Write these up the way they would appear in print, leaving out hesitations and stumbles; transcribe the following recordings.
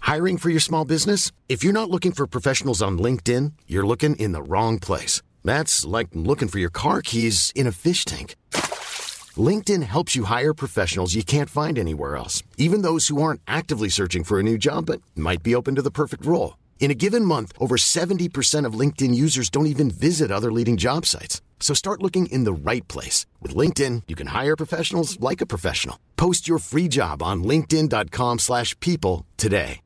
Hiring for your small business? If you're not looking for professionals on LinkedIn, you're looking in the wrong place. That's like looking for your car keys in a fish tank. LinkedIn helps you hire professionals you can't find anywhere else, even those who aren't actively searching for a new job but might be open to the perfect role. In a given month, over 70% of LinkedIn users don't even visit other leading job sites. So start looking in the right place. With LinkedIn, you can hire professionals like a professional. Post your free job on linkedin.com/people today.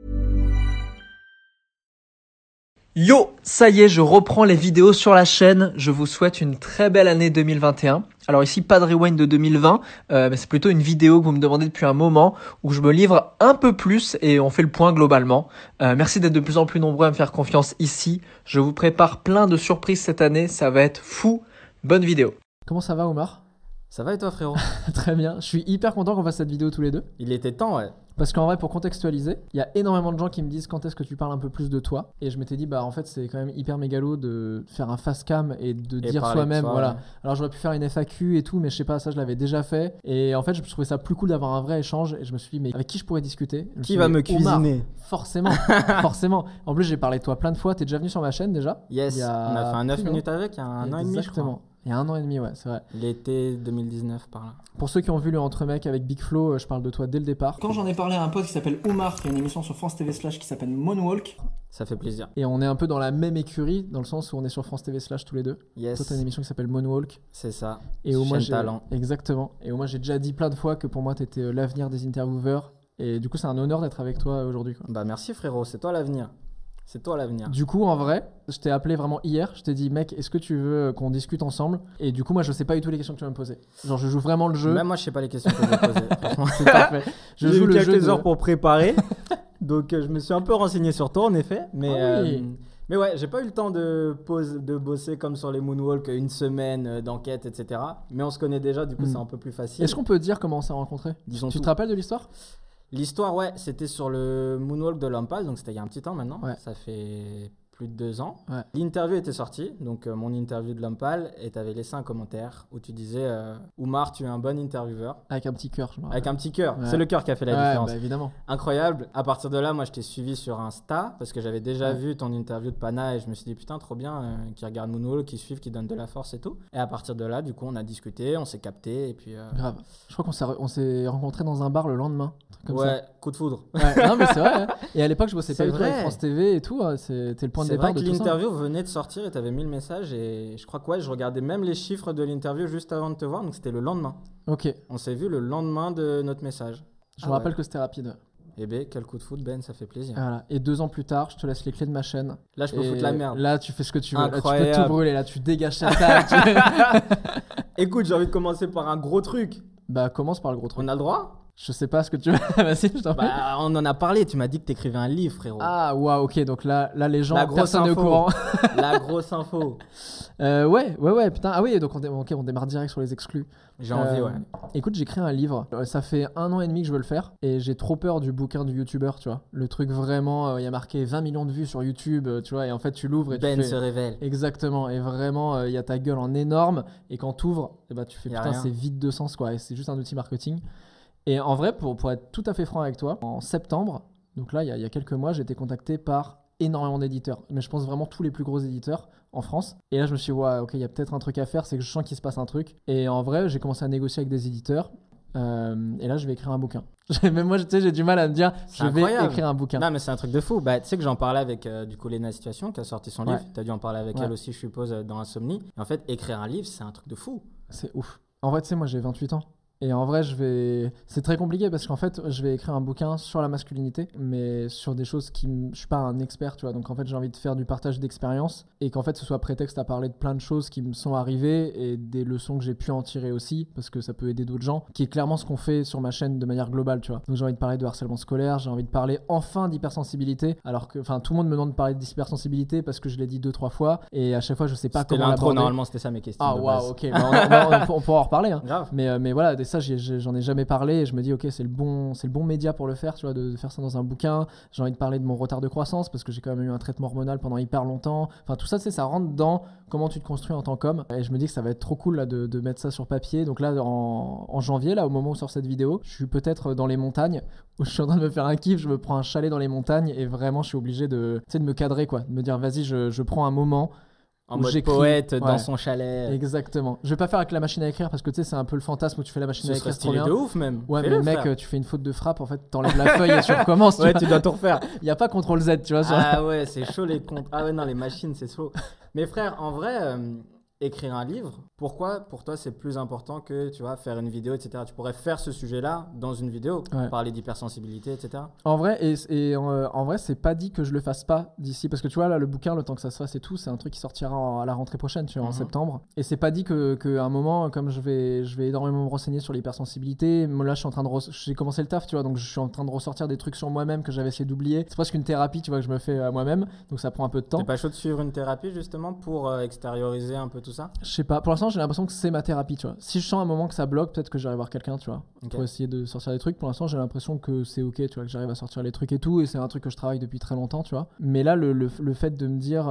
Yo, ça y est, je reprends les vidéos sur la chaîne. Je vous souhaite une très belle année 2021. Alors ici, pas de rewind de 2020, mais c'est plutôt une vidéo que vous me demandez depuis un moment où je me livre un peu plus et on fait le point globalement. Merci d'être de plus en plus nombreux à me faire confiance ici. Je vous prépare plein de surprises cette année, ça va être fou. Bonne vidéo. Comment ça va, Omar ? Ça va et toi, frérot? Très bien, je suis hyper content qu'on fasse cette vidéo tous les deux. Il était temps, ouais. Parce qu'en vrai, pour contextualiser, il y a énormément de gens qui me disent quand est-ce que tu parles un peu plus de toi. Et je m'étais dit, bah en fait, c'est quand même hyper mégalo de faire un face cam et de dire soi-même, voilà. Ouais. Alors j'aurais pu faire une FAQ et tout, mais je sais pas, ça je l'avais déjà fait. Et en fait, je trouvais ça plus cool d'avoir un vrai échange. Et je me suis dit, mais avec qui je pourrais discuter? Qui va me cuisiner? Omar, forcément, forcément. En plus, j'ai parlé de toi plein de fois. T'es déjà venu sur ma chaîne déjà? Yes, on a fait un 9 minutes avec, il y a un an et demi, je crois. Il y a un an et demi, ouais, c'est vrai. L'été 2019, par là. Pour ceux qui ont vu le Entre Mecs avec Big Flo, je parle de toi dès le départ. Quand j'en ai parlé à un pote qui s'appelle Omar, qui a une émission sur France TV/ qui s'appelle Moonwalk. Ça fait plaisir. Et on est un peu dans la même écurie, dans le sens où on est sur France TV/ tous les deux. Yes. Toi, t'as une émission qui s'appelle Moonwalk. C'est ça. Et au moins, talent. Exactement. Et au moins, j'ai déjà dit plein de fois que pour moi, t'étais l'avenir des intervieweurs. Et du coup, c'est un honneur d'être avec toi aujourd'hui, quoi. Bah merci, frérot. C'est toi l'avenir. C'est toi l'avenir. Du coup, en vrai, je t'ai appelé vraiment hier. Je t'ai dit, mec, est-ce que tu veux qu'on discute ensemble? Et du coup, moi, je sais pas du tout les questions que tu vas me poser. Genre, je joue vraiment le jeu. Même moi, je sais pas les questions que je vais poser. Franchement, c'est parfait. J'ai eu quelques heures pour préparer. Donc, je me suis un peu renseigné sur toi, en effet. Mais, mais ouais, j'ai pas eu le temps de bosser comme sur les Moonwalk, une semaine d'enquête, etc. Mais on se connaît déjà, du coup, c'est un peu plus facile. Est-ce qu'on peut dire comment on s'est rencontrés? Tu te rappelles de l'histoire? L'histoire, ouais, c'était sur le Moonwalk de Lampal, donc c'était il y a un petit temps maintenant. Ouais. Ça fait plus de 2 ans. Ouais. L'interview était sortie, donc mon interview de Lampal, et tu avais laissé un commentaire où tu disais Oumar, tu es un bon intervieweur. Avec un petit cœur, je me rappelle. Avec un petit cœur, ouais. C'est le cœur qui a fait la différence. Bah évidemment. Incroyable. À partir de là, moi, je t'ai suivi sur Insta parce que j'avais déjà vu ton interview de Pana et je me suis dit putain, trop bien, qui regardent Moonwalk, qui suivent, qui donnent de la force et tout. Et à partir de là, du coup, on a discuté, on s'est capté et puis. Grave. Je crois qu'on s'est rencontrés dans un bar le lendemain. Comme ouais, ça. coup de foudre. Ouais, non mais c'est vrai. Hein. Et à l'époque, je bossais pas du tout avec France TV et tout. C'était le point de départ de tout ça. C'est vrai que l'interview venait de sortir et t'avais mis le message et je crois que je regardais même les chiffres de l'interview juste avant de te voir, donc c'était le lendemain. Ok. On s'est vu le lendemain de notre message. Je me rappelle que c'était rapide. Eh ben, quel coup de foot, Ben, ça fait plaisir. Voilà. Et 2 ans plus tard, je te laisse les clés de ma chaîne. Là, je peux foutre la merde. Là, tu fais ce que tu veux. Incroyable. Là, tu peux tout brûler. Là, tu dégages cette table. Écoute, j'ai envie de commencer par un gros truc. Bah, commence par le gros truc. On a le droit? Je sais pas ce que tu veux. Vas-y, je t'en prie. Bah, on en a parlé. Tu m'as dit que t'écrivais un livre, frérot. Ah, waouh, ok. Donc là, les gens, personne n'est au courant. La grosse info. Ouais. Putain. Ah oui, donc on démarre direct sur les exclus. J'ai envie, ouais. Écoute, j'ai créé un livre. Ça fait 1 an et demi que je veux le faire. Et j'ai trop peur du bouquin du youtubeur, tu vois. Le truc vraiment, il y a marqué 20 millions de vues sur YouTube, tu vois. Et en fait, tu l'ouvres et Ben tu fais... se révèle. Exactement. Et vraiment, il y a ta gueule en énorme. Et quand t'ouvres, tu fais putain, c'est vide de sens, quoi. Et c'est juste un outil marketing. Et en vrai, pour être tout à fait franc avec toi, en septembre, donc là, il y a quelques mois, j'ai été contacté par énormément d'éditeurs. Mais je pense vraiment tous les plus gros éditeurs en France. Et là, je me suis dit, ouais, ok, il y a peut-être un truc à faire, c'est que je sens qu'il se passe un truc. Et en vrai, j'ai commencé à négocier avec des éditeurs. Et là, je vais écrire un bouquin. Même moi, tu sais, j'ai du mal à me dire, je vais écrire un bouquin. Non, mais c'est un truc de fou. Bah, tu sais que j'en parlais avec du coup Léna Situation qui a sorti son livre. Tu as dû en parler avec elle aussi, je suppose, dans Insomnie. Et en fait, écrire un livre, c'est un truc de fou. C'est ouf. En vrai, tu sais, moi, j'ai 28 ans. Et en vrai, c'est très compliqué parce qu'en fait, je vais écrire un bouquin sur la masculinité, mais sur des choses je suis pas un expert, tu vois. Donc en fait, j'ai envie de faire du partage d'expérience et qu'en fait, ce soit prétexte à parler de plein de choses qui me sont arrivées et des leçons que j'ai pu en tirer aussi parce que ça peut aider d'autres gens, qui est clairement ce qu'on fait sur ma chaîne de manière globale, tu vois. Donc j'ai envie de parler de harcèlement scolaire, j'ai envie de parler enfin d'hypersensibilité, alors que, tout le monde me demande de parler d'hypersensibilité parce que je l'ai dit 2-3 fois et à chaque fois, je sais pas comment l'aborder. Normalement, c'était ça mes questions. Ah waouh, ok. On pourra en reparler. Hein. Grave. Mais voilà, ça, j'en ai jamais parlé et je me dis, ok, c'est le bon média pour le faire, tu vois, de faire ça dans un bouquin. J'ai envie de parler de mon retard de croissance parce que j'ai quand même eu un traitement hormonal pendant hyper longtemps. Enfin, tout ça, ça rentre dans comment tu te construis en tant qu'homme. Et je me dis que ça va être trop cool là, de mettre ça sur papier. Donc là, en janvier, là, au moment où sort cette vidéo, je suis peut-être dans les montagnes où je suis en train de me faire un kiff. Je me prends un chalet dans les montagnes et vraiment, je suis obligé de me cadrer, quoi. De me dire, vas-y, je prends un moment. En mode poète dans son chalet. Exactement. Je vais pas faire avec la machine à écrire parce que tu sais, c'est un peu le fantasme où tu fais la machine à écrire. C'est stylé de ouf même. Ouais, mais mec, tu fais une faute de frappe, en fait, t'enlèves la feuille et tu recommences. Ouais, tu dois tout refaire. Il y a pas CTRL-Z, tu vois. Ah ouais, c'est chaud les comptes. Ah ouais, non, les machines, c'est chaud. Mais frère, en vrai, écrire un livre, pourquoi pour toi c'est plus important que tu vois, faire une vidéo, etc. Tu pourrais faire ce sujet-là dans une vidéo, parler d'hypersensibilité, etc. En vrai, en vrai, c'est pas dit que je le fasse pas d'ici, parce que tu vois, là, le bouquin, le temps que ça se fasse et tout, c'est un truc qui sortira à la rentrée prochaine, tu vois, en septembre. Et c'est pas dit qu'à un moment, comme je vais énormément me renseigner sur l'hypersensibilité, là, j'ai commencé le taf, tu vois, donc je suis en train de ressortir des trucs sur moi-même que j'avais essayé d'oublier. C'est presque une thérapie, tu vois, que je me fais à moi-même, donc ça prend un peu de temps. T'es pas chaud de suivre une thérapie, justement, pour extérioriser un peu tout ça? Je sais pas, pour l'instant j'ai l'impression que c'est ma thérapie, tu vois. Si je sens un moment que ça bloque, peut-être que j'irai voir quelqu'un, tu vois, pour essayer de sortir des trucs. Pour l'instant j'ai l'impression que c'est ok, tu vois, que j'arrive à sortir les trucs et tout, et c'est un truc que je travaille depuis très longtemps, tu vois. Mais là le fait de me dire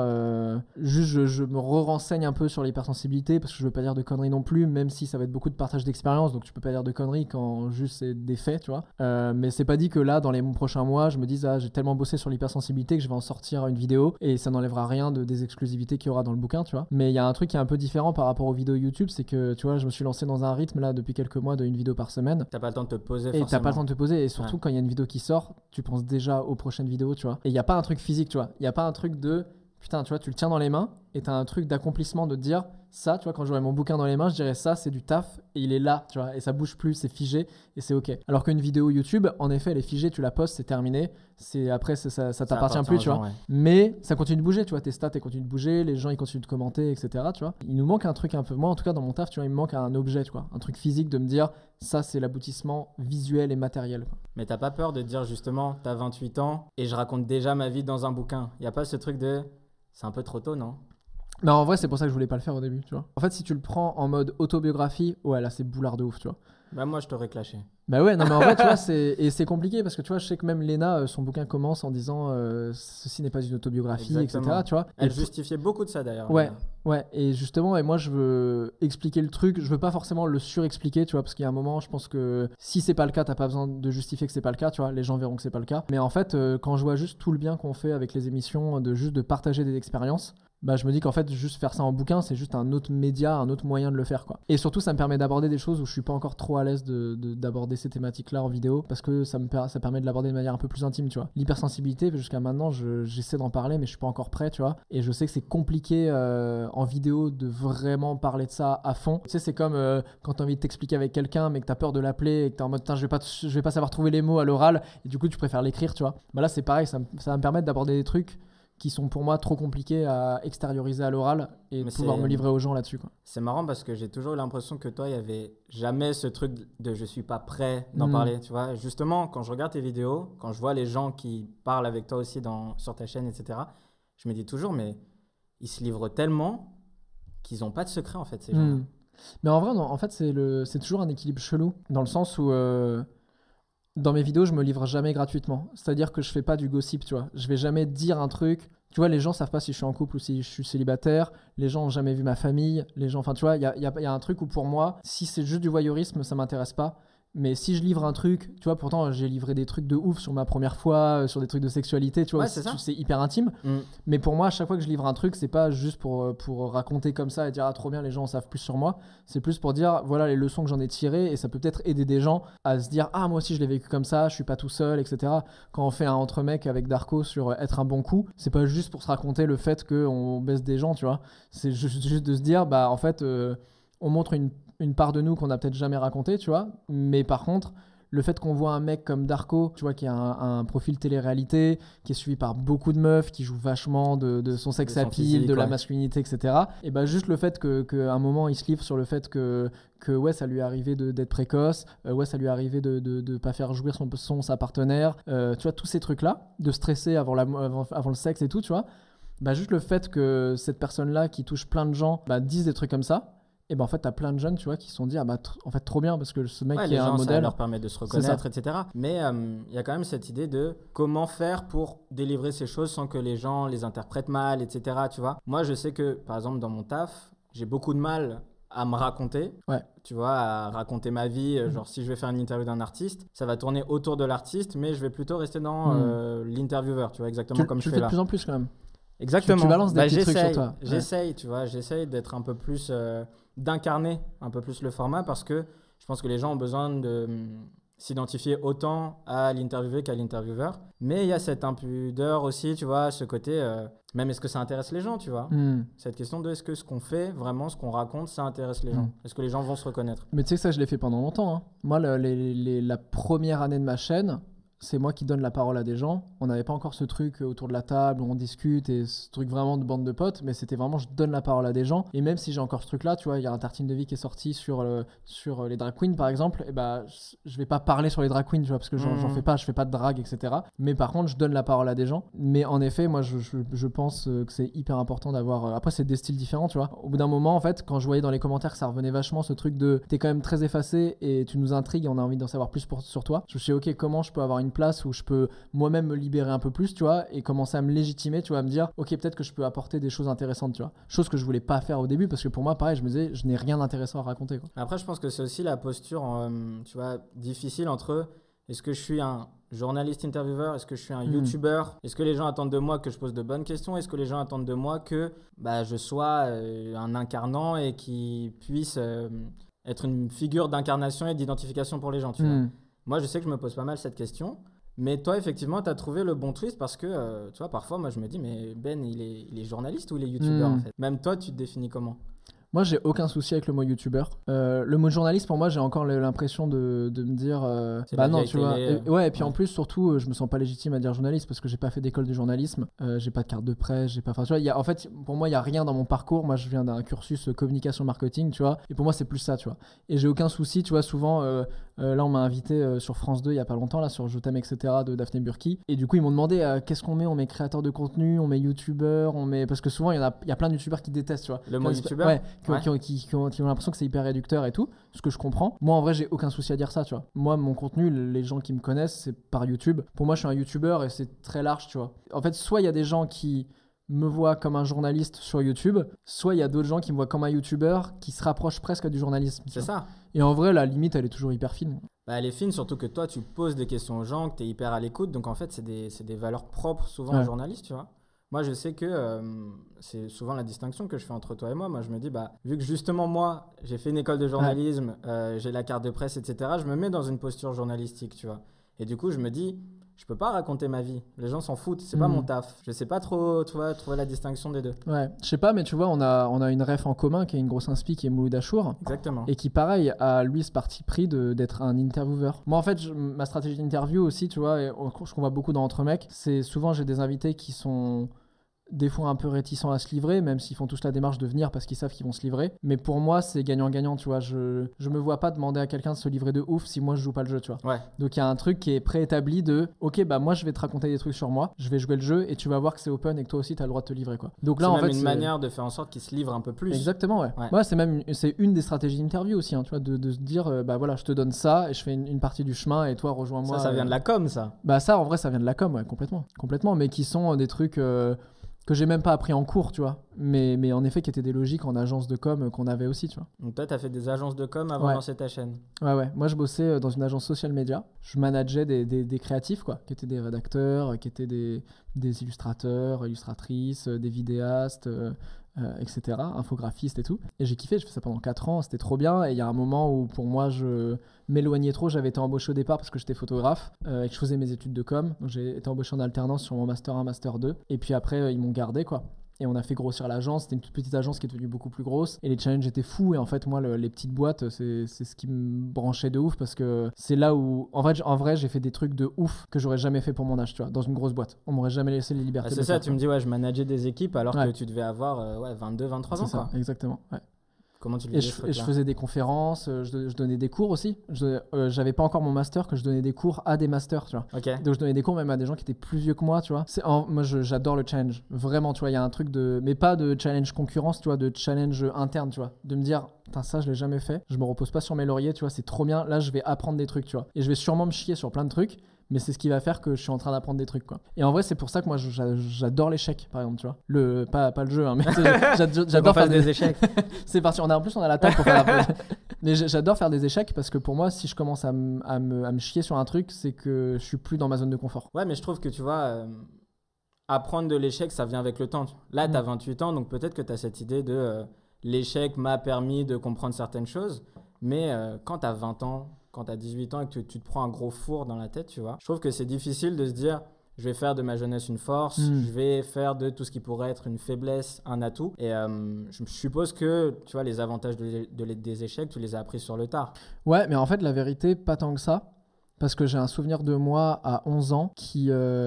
juste je me renseigne un peu sur l'hypersensibilité, parce que je veux pas dire de conneries non plus, même si ça va être beaucoup de partage d'expérience, donc tu peux pas dire de conneries quand juste c'est des faits, tu vois. Mais c'est pas dit que là dans les prochains mois je me dise j'ai tellement bossé sur l'hypersensibilité que je vais en sortir une vidéo, et ça n'enlèvera rien des exclusivités qu'il y aura dans le bouquin, tu vois. Mais il y a un truc qui est un peu différent par rapport aux vidéos YouTube, c'est que tu vois, je me suis lancé dans un rythme là depuis quelques mois d'une vidéo par semaine. T'as pas le temps de te poser, et t'as pas le temps de te poser, et surtout quand il y a une vidéo qui sort, tu penses déjà aux prochaines vidéos, tu vois. Et il y a pas un truc physique, tu vois. Il y a pas un truc de putain, tu vois, tu le tiens dans les mains et t'as un truc d'accomplissement de te dire ça, tu vois, quand j'aurai mon bouquin dans les mains, je dirais ça, c'est du taf et il est là, tu vois, et ça bouge plus, c'est figé et c'est ok. Alors qu'une vidéo YouTube, en effet, elle est figée, tu la postes, c'est terminé, après ça t'appartient plus, tu vois. Mais ça continue de bouger, tu vois, tes stats elles continuent de bouger, les gens ils continuent de commenter, etc. Tu vois. Il nous manque un truc un peu, moi en tout cas dans mon taf, tu vois, il me manque un objet, tu vois, un truc physique de me dire ça, c'est l'aboutissement visuel et matériel, quoi. Mais t'as pas peur de te dire justement, t'as 28 ans et je raconte déjà ma vie dans un bouquin? Y a pas ce truc de c'est un peu trop tôt, non? Mais en vrai, c'est pour ça que je voulais pas le faire au début, tu vois. En fait, si tu le prends en mode autobiographie, ouais, là, c'est boulard de ouf, tu vois. Bah, moi, je t'aurais clashé. Bah ouais, non, mais en vrai, tu vois, c'est compliqué parce que tu vois, je sais que même Léna, son bouquin commence en disant ceci n'est pas une autobiographie, exactement, etc. Tu vois. Elle justifiait beaucoup de ça d'ailleurs. Ouais, ouais, et justement, et moi, je veux expliquer le truc, je veux pas forcément le surexpliquer, tu vois, parce qu'il y a un moment, je pense que si c'est pas le cas, t'as pas besoin de justifier que c'est pas le cas, tu vois, les gens verront que c'est pas le cas. Mais en fait, quand je vois juste tout le bien qu'on fait avec les émissions, de partager des expériences, bah je me dis qu'en fait juste faire ça en bouquin c'est juste un autre média, un autre moyen de le faire, quoi. Et surtout ça me permet d'aborder des choses où je suis pas encore trop à l'aise d'aborder ces thématiques là en vidéo, parce que ça permet de l'aborder de manière un peu plus intime, tu vois. L'hypersensibilité jusqu'à maintenant j'essaie d'en parler mais je suis pas encore prêt, tu vois, et je sais que c'est compliqué en vidéo de vraiment parler de ça à fond. Tu sais, c'est comme quand t'as envie de t'expliquer avec quelqu'un mais que t'as peur de l'appeler et que t'es en mode je vais pas savoir trouver les mots à l'oral et du coup tu préfères l'écrire, tu vois. Bah là c'est pareil, ça va me permettre d'aborder des trucs qui sont pour moi trop compliqués à extérioriser à l'oral et pouvoir me livrer aux gens là-dessus, quoi. C'est marrant parce que j'ai toujours eu l'impression que toi, il n'y avait jamais ce truc de je suis pas prêt d'en parler, tu vois. Justement, quand je regarde tes vidéos, quand je vois les gens qui parlent avec toi aussi sur ta chaîne, etc., je me dis toujours, mais ils se livrent tellement qu'ils n'ont pas de secret, en fait, ces gens-là. Mais en vrai, non, en fait, c'est toujours un équilibre chelou, dans le sens où dans mes vidéos, je me livre jamais gratuitement. C'est-à-dire que je fais pas du gossip, tu vois. Je vais jamais dire un truc. Tu vois, les gens savent pas si je suis en couple ou si je suis célibataire. Les gens ont jamais vu ma famille. Les gens, enfin, tu vois, il y a un truc où pour moi, si c'est juste du voyeurisme, ça m'intéresse pas. Mais si je livre un truc, tu vois, pourtant j'ai livré des trucs de ouf sur ma première fois, sur des trucs de sexualité, tu vois, c'est hyper intime. Mais pour moi, à chaque fois que je livre un truc, c'est pas juste pour raconter comme ça et dire ah trop bien, les gens en savent plus sur moi. C'est plus pour dire voilà les leçons que j'en ai tirées, et ça peut peut-être aider des gens à se dire ah moi aussi je l'ai vécu comme ça, je suis pas tout seul, etc. Quand on fait un entre mecs avec Darko sur être un bon coup, c'est pas juste pour se raconter le fait qu'on baisse des gens, tu vois. C'est juste de se dire bah en fait on montre une part de nous qu'on n'a peut-être jamais raconté, tu vois. Mais par contre, le fait qu'on voit un mec comme Darko, tu vois, qui a un profil télé-réalité, qui est suivi par beaucoup de meufs, qui joue vachement de son sex appeal, de la masculinité, etc. Et bah juste le fait qu'à un moment, il se livre sur le fait que ouais, ça lui est arrivé d'être précoce, ouais, ça lui est arrivé de pas faire jouir sa partenaire, tu vois, tous ces trucs-là, de stresser avant le sexe et tout, tu vois. Bah juste le fait que cette personne-là, qui touche plein de gens, bah dise des trucs comme ça, et ben en fait t'as plein de jeunes, tu vois, qui se sont dit ah bah en fait trop bien parce que ce mec qui les est gens, un modèle, ça leur permet de se reconnaître, etc. Mais il y a quand même cette idée de comment faire pour délivrer ces choses sans que les gens les interprètent mal, etc. Tu vois, moi je sais que par exemple dans mon taf, j'ai beaucoup de mal à me raconter, tu vois, à raconter ma vie. Genre, si je vais faire une interview d'un artiste, ça va tourner autour de l'artiste, mais je vais plutôt rester dans l'intervieweur, tu vois, exactement comme je fais là. Tu le fais de plus en plus quand même. Exactement. Tu balances des petits trucs sur toi. J'essaye, tu vois, j'essaye d'être un peu plus, d'incarner un peu plus le format parce que je pense que les gens ont besoin de s'identifier autant à l'interviewé qu'à l'intervieweur. Mais il y a cette impudeur aussi, tu vois, ce côté, même est-ce que ça intéresse les gens, tu vois. Cette question de est-ce que ce qu'on fait, vraiment, ce qu'on raconte, ça intéresse les gens. Est-ce que les gens vont se reconnaître. Mais tu sais que ça, je l'ai fait pendant longtemps. Hein. Moi, la première année de ma chaîne, c'est moi qui donne la parole à des gens. On n'avait pas encore ce truc autour de la table où on discute et ce truc vraiment de bande de potes, mais c'était vraiment je donne la parole à des gens. Et même si j'ai encore ce truc-là, tu vois, il y a un Tartine de vie qui est sorti sur les drag queens par exemple, et bah je vais pas parler sur les drag queens, tu vois, parce que j'en fais pas, je fais pas de drag, etc. Mais par contre, je donne la parole à des gens. Mais en effet, moi, je pense que c'est hyper important d'avoir. Après, c'est des styles différents, tu vois. Au bout d'un moment, en fait, quand je voyais dans les commentaires que ça revenait vachement ce truc de t'es quand même très effacé et tu nous intrigues et on a envie d'en savoir plus sur toi. Je me suis dit, ok, comment je peux avoir une place où je peux moi-même me libérer un peu plus, tu vois, et commencer à me légitimer, tu vois, à me dire, ok, peut-être que je peux apporter des choses intéressantes, tu vois. Chose que je voulais pas faire au début parce que pour moi, pareil, je me disais, je n'ai rien d'intéressant à raconter, quoi. Après, je pense que c'est aussi la posture, tu vois, difficile entre est-ce que je suis un journaliste intervieweur, est-ce que je suis un youtubeur, est-ce que les gens attendent de moi que je pose de bonnes questions, est-ce que les gens attendent de moi que je sois un incarnant et qui puisse être une figure d'incarnation et d'identification pour les gens, tu vois. Moi, je sais que je me pose pas mal cette question. Mais toi, effectivement, tu as trouvé le bon twist parce que, tu vois, parfois, moi, je me dis, mais Ben, il est journaliste ou il est youtubeur, en fait. Même toi, tu te définis comment ? Moi, j'ai aucun souci avec le mot youtubeur. Le mot journaliste, pour moi, j'ai encore l'impression de me dire bah non, tu vois. Et puis en plus, surtout, je me sens pas légitime à dire journaliste parce que j'ai pas fait d'école de journalisme, j'ai pas de carte de presse, j'ai pas. Enfin, tu vois, en fait, pour moi, il y a rien dans mon parcours. Moi, je viens d'un cursus communication marketing, tu vois. Et pour moi, c'est plus ça, tu vois. Et j'ai aucun souci, tu vois. Souvent, là, on m'a invité sur France 2 il y a pas longtemps, là, sur Je t'aime, etc. de Daphné Burki. Et du coup, ils m'ont demandé qu'est-ce qu'on met. On met créateur de contenu, on met youtubeur, on met. Parce que souvent, il y a plein de youtubeurs qui détestent, tu vois. Le mot youtubeur. Qui ont l'impression que c'est hyper réducteur et tout, ce que je comprends. Moi, en vrai, j'ai aucun souci à dire ça, tu vois. Moi, mon contenu, les gens qui me connaissent, c'est par YouTube. Pour moi, je suis un youtubeur et c'est très large, tu vois. En fait, soit il y a des gens qui me voient comme un journaliste sur YouTube, soit il y a d'autres gens qui me voient comme un youtubeur qui se rapprochent presque du journalisme. C'est ça. Et en vrai, la limite, elle est toujours hyper fine. Elle est fine, surtout que toi, tu poses des questions aux gens, que tu es hyper à l'écoute. Donc, en fait, c'est des valeurs propres souvent aux journalistes, tu vois. Moi, je sais que c'est souvent la distinction que je fais entre toi et moi. Moi, je me dis, vu que justement, moi, j'ai fait une école de journalisme, j'ai la carte de presse, etc., je me mets dans une posture journalistique, tu vois. Et du coup, je me dis, je peux pas raconter ma vie. Les gens s'en foutent, c'est pas mon taf. Je sais pas trop, tu vois, trouver la distinction des deux. Ouais, je sais pas, mais tu vois, on a une ref en commun qui est une grosse inspi, qui est Mouloud Achour. Exactement. Et qui, pareil, a lui ce parti pris d'être un intervieweur. Moi, en fait, ma stratégie d'interview aussi, tu vois, et je vois beaucoup dans Entre Mecs, c'est souvent, j'ai des invités qui sont des fois un peu réticents à se livrer, même s'ils font tous la démarche de venir parce qu'ils savent qu'ils vont se livrer. Mais pour moi, c'est gagnant-gagnant, tu vois. Je me vois pas demander à quelqu'un de se livrer de ouf si moi je joue pas le jeu, tu vois. Ouais. Donc il y a un truc qui est préétabli de ok, moi je vais te raconter des trucs sur moi, je vais jouer le jeu et tu vas voir que c'est open et que toi aussi tu as le droit de te livrer, quoi. Donc là, c'est en même fait, une manière de faire en sorte qu'ils se livrent un peu plus. Exactement, ouais. C'est une des stratégies d'interview aussi, hein, tu vois, de se dire voilà, je te donne ça et je fais une partie du chemin et toi rejoins-moi. Ça vient de la com, ça. Ça, en vrai, ça vient de la com, ouais, complètement, mais qui sont des trucs que j'ai même pas appris en cours, tu vois, mais en effet qui étaient des logiques en agence de com qu'on avait aussi, tu vois. Donc toi, t'as fait des agences de com avant de lancer ta chaîne. Ouais, moi je bossais dans une agence social media, je manageais des créatifs, quoi, qui étaient des rédacteurs, qui étaient des illustrateurs, illustratrices, des vidéastes, etc., infographistes et tout. Et j'ai kiffé, je fais ça pendant 4 ans, c'était trop bien. Et il y a un moment où pour moi je m'éloignais trop, j'avais été embauché au départ parce que j'étais photographe et que je faisais mes études de com. Donc j'ai été embauché en alternance sur mon master 1, master 2. Et puis après ils m'ont gardé, quoi. Et on a fait grossir l'agence, c'était une toute petite agence qui est devenue beaucoup plus grosse. Et les challenges étaient fous. Et en fait, moi, les petites boîtes, c'est ce qui me branchait de ouf parce que c'est là où, en vrai, j'ai fait des trucs de ouf que j'aurais jamais fait pour mon âge, tu vois, dans une grosse boîte. On m'aurait jamais laissé les libertés. C'est ça, tu me dis, je manageais des équipes alors que tu devais avoir 22, 23 ans. C'est ça, quoi. Exactement. Ouais. Comment tu le vivais, Et je faisais des conférences, je donnais des cours aussi. J'avais pas encore mon master, que je donnais des cours à des masters, tu vois. Okay. Donc je donnais des cours même à des gens qui étaient plus vieux que moi, tu vois. Moi, j'adore le challenge. Vraiment, tu vois, il y a un truc mais pas de challenge concurrence, tu vois, de challenge interne, tu vois. De me dire, putain, ça, je l'ai jamais fait. Je me repose pas sur mes lauriers, tu vois, c'est trop bien. Là, je vais apprendre des trucs, tu vois. Et je vais sûrement me chier sur plein de trucs. Mais c'est ce qui va faire que je suis en train d'apprendre des trucs, quoi. Et en vrai, c'est pour ça que moi, j'adore l'échec, par exemple, tu vois. Pas le jeu, hein, mais j'adore faire des échecs. C'est parti. En plus, on a la table pour faire la pause. Mais j'adore faire des échecs parce que pour moi, si je commence à me chier sur un truc, c'est que je suis plus dans ma zone de confort. Ouais, mais je trouve que, tu vois, apprendre de l'échec, ça vient avec le temps. Là, tu as 28 ans, donc peut-être que tu as cette idée de l'échec m'a permis de comprendre certaines choses. Mais quand tu as 20 ans, quand tu as 18 ans et que tu te prends un gros four dans la tête, tu vois, je trouve que c'est difficile de se dire je vais faire de ma jeunesse une force, je vais faire de tout ce qui pourrait être une faiblesse un atout. Et je suppose que, tu vois, les avantages des échecs, tu les as appris sur le tard. Ouais, mais en fait, la vérité, pas tant que ça. Parce que j'ai un souvenir de moi à 11 ans qui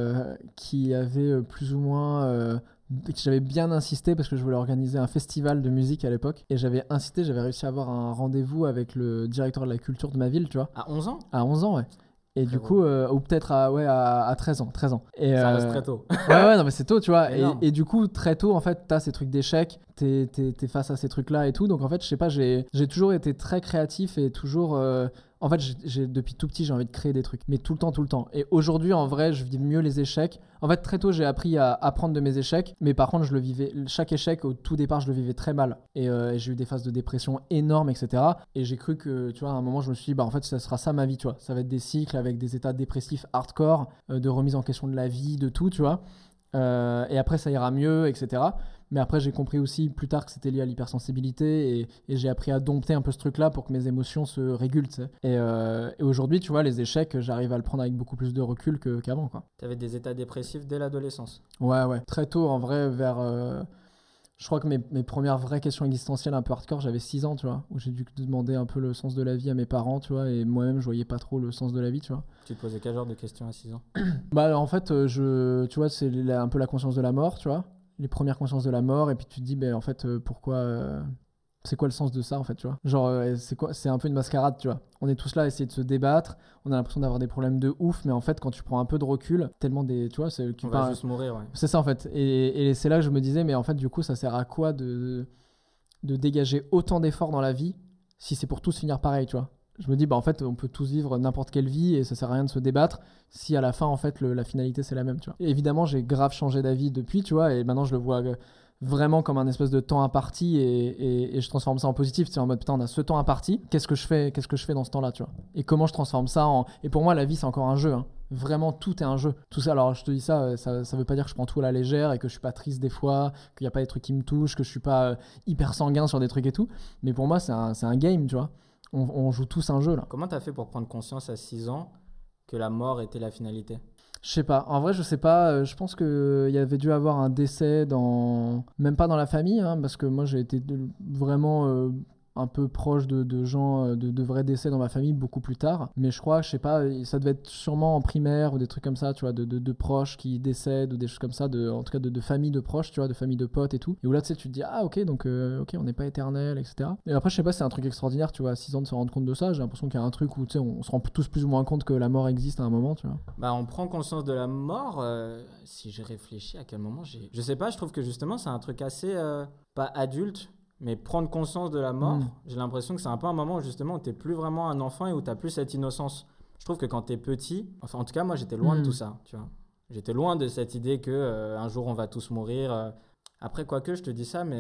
avait plus ou moins... j'avais bien insisté parce que je voulais organiser un festival de musique à l'époque et j'avais réussi à avoir un rendez-vous avec le directeur de la culture de ma ville, tu vois. À 11 ans ? À 11 ans, ouais. Et très du coup, ou peut-être à 13 ans. Et ça reste très tôt. ouais, non, mais c'est tôt, tu vois. Et du coup, très tôt, en fait, t'as ces trucs d'échecs, t'es face à ces trucs-là et tout. Donc, en fait, je sais pas, j'ai toujours été très créatif et toujours... En fait, depuis tout petit, j'ai envie de créer des trucs, mais tout le temps. Et aujourd'hui, en vrai, je vis mieux les échecs. En fait, très tôt, j'ai appris à apprendre de mes échecs, mais par contre, chaque échec, au tout départ, je le vivais très mal. Et j'ai eu des phases de dépression énormes, etc. Et j'ai cru que, tu vois, à un moment, je me suis dit, bah, en fait, ça sera ça ma vie, tu vois. Ça va être des cycles avec des états dépressifs hardcore, de remise en question de la vie, de tout, tu vois. Et après, ça ira mieux, etc. Mais après, j'ai compris aussi plus tard que c'était lié à l'hypersensibilité et j'ai appris à dompter un peu ce truc-là pour que mes émotions se régulent, tu sais. Et aujourd'hui, tu vois, les échecs, j'arrive à le prendre avec beaucoup plus de recul qu'avant, quoi. T'avais des états dépressifs dès l'adolescence ? Ouais. Très tôt, en vrai, je crois que mes premières vraies questions existentielles un peu hardcore, j'avais 6 ans, tu vois, où j'ai dû demander un peu le sens de la vie à mes parents, tu vois, et moi-même, je voyais pas trop le sens de la vie, tu vois. Tu te posais quel genre de questions à 6 ans ? Bah, en fait, tu vois, c'est un peu la conscience de la mort, tu vois. Les premières consciences de la mort, et puis tu te dis, ben, en fait, pourquoi... c'est quoi le sens de ça, en fait, tu vois ? Genre, c'est un peu une mascarade, tu vois. On est tous là à essayer de se débattre, on a l'impression d'avoir des problèmes de ouf, mais en fait, quand tu prends un peu de recul, tellement des... Tu vois, on va juste mourir, ouais. C'est ça, en fait. Et c'est là que je me disais, mais en fait, du coup, ça sert à quoi de dégager autant d'efforts dans la vie si c'est pour tous finir pareil, tu vois ? Je me dis, bah en fait, on peut tous vivre n'importe quelle vie et ça sert à rien de se débattre si à la fin, en fait, la finalité, c'est la même, tu vois. Et évidemment, j'ai grave changé d'avis depuis, tu vois, et maintenant, je le vois vraiment comme un espèce de temps imparti et je transforme ça en positif, tu sais, en mode, putain, on a ce temps imparti, qu'est-ce que je fais dans ce temps-là, tu vois. Et comment je transforme ça Et pour moi, la vie, c'est encore un jeu, hein. Vraiment, tout est un jeu. Tout ça, alors je te dis ça veut pas dire que je prends tout à la légère et que je suis pas triste des fois, qu'il y a pas des trucs qui me touchent, que je suis pas hyper sanguin sur des trucs et tout, mais pour moi, c'est un game, tu vois. On joue tous un jeu là. Comment t'as fait pour prendre conscience à 6 ans que la mort était la finalité ? Je sais pas. En vrai, je sais pas. Je pense qu'il y avait dû avoir un décès même pas dans la famille, hein, parce que moi j'ai été vraiment un peu proche de gens, de vrais décès dans ma famille beaucoup plus tard. Mais je crois, je sais pas, ça devait être sûrement en primaire ou des trucs comme ça, tu vois, de proches qui décèdent ou des choses comme ça, en tout cas de familles de proches, tu vois, de familles de potes et tout. Et où là, tu sais, tu te dis, ah ok, donc ok, on n'est pas éternel, etc. Et après, je sais pas, c'est un truc extraordinaire, tu vois, à 6 ans de se rendre compte de ça. J'ai l'impression qu'il y a un truc où, tu sais, on se rend tous plus ou moins compte que la mort existe à un moment, tu vois. Bah, on prend conscience de la mort. Si je réfléchis à quel moment je sais pas, je trouve que justement, c'est un truc assez, pas adulte, mais prendre conscience de la mort, j'ai l'impression que c'est un peu un moment où justement t'es plus vraiment un enfant et où t'as plus cette innocence. Je trouve que quand t'es petit, enfin en tout cas moi j'étais loin de tout ça, tu vois. J'étais loin de cette idée que un jour on va tous mourir. Après quoique je te dis ça, mais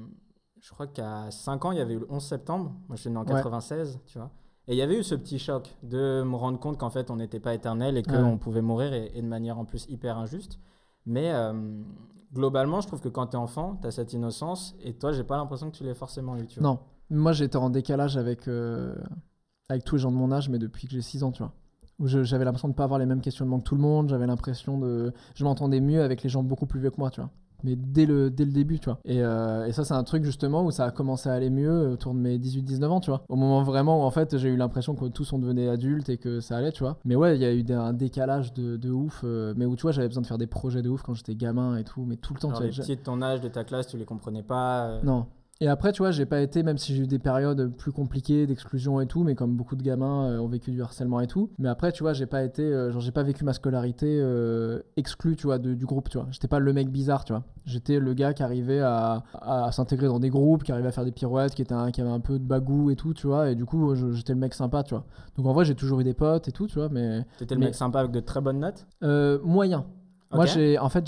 je crois qu'à 5 ans il y avait eu le 11 septembre, moi je suis né en 96, tu vois. Et il y avait eu ce petit choc de me rendre compte qu'en fait on n'était pas éternel et qu'on pouvait mourir et de manière en plus hyper injuste. Mais globalement, je trouve que quand t'es enfant, t'as cette innocence et toi, j'ai pas l'impression que tu l'aies forcément eu, tu vois. Non, moi j'étais en décalage avec tous les gens de mon âge, mais depuis que j'ai 6 ans, tu vois. Où j'avais l'impression de pas avoir les mêmes questionnements que tout le monde, j'avais l'impression je m'entendais mieux avec les gens beaucoup plus vieux que moi, tu vois. Mais dès le début, tu vois. Et ça, c'est un truc justement où ça a commencé à aller mieux autour de mes 18-19 ans, tu vois. Au moment vraiment où en fait j'ai eu l'impression que tous on devenait adultes et que ça allait, tu vois. Mais ouais, il y a eu un décalage de ouf, mais où tu vois, j'avais besoin de faire des projets de ouf quand j'étais gamin et tout, mais tout le temps. Alors, les petits de ton âge, de ta classe, tu les comprenais pas Non. Et après, tu vois, j'ai pas été, même si j'ai eu des périodes plus compliquées d'exclusion et tout, mais comme beaucoup de gamins ont vécu du harcèlement et tout. Mais après, tu vois, j'ai pas été, j'ai pas vécu ma scolarité exclue, tu vois, du groupe, tu vois. J'étais pas le mec bizarre, tu vois. J'étais le gars qui arrivait à s'intégrer dans des groupes, qui arrivait à faire des pirouettes, qui avait un peu de bagou et tout, tu vois. Et du coup, j'étais le mec sympa, tu vois. Donc en vrai, j'ai toujours eu des potes et tout, tu vois, mais... T'étais le mec sympa avec de très bonnes notes? Moyen. Okay. Moi,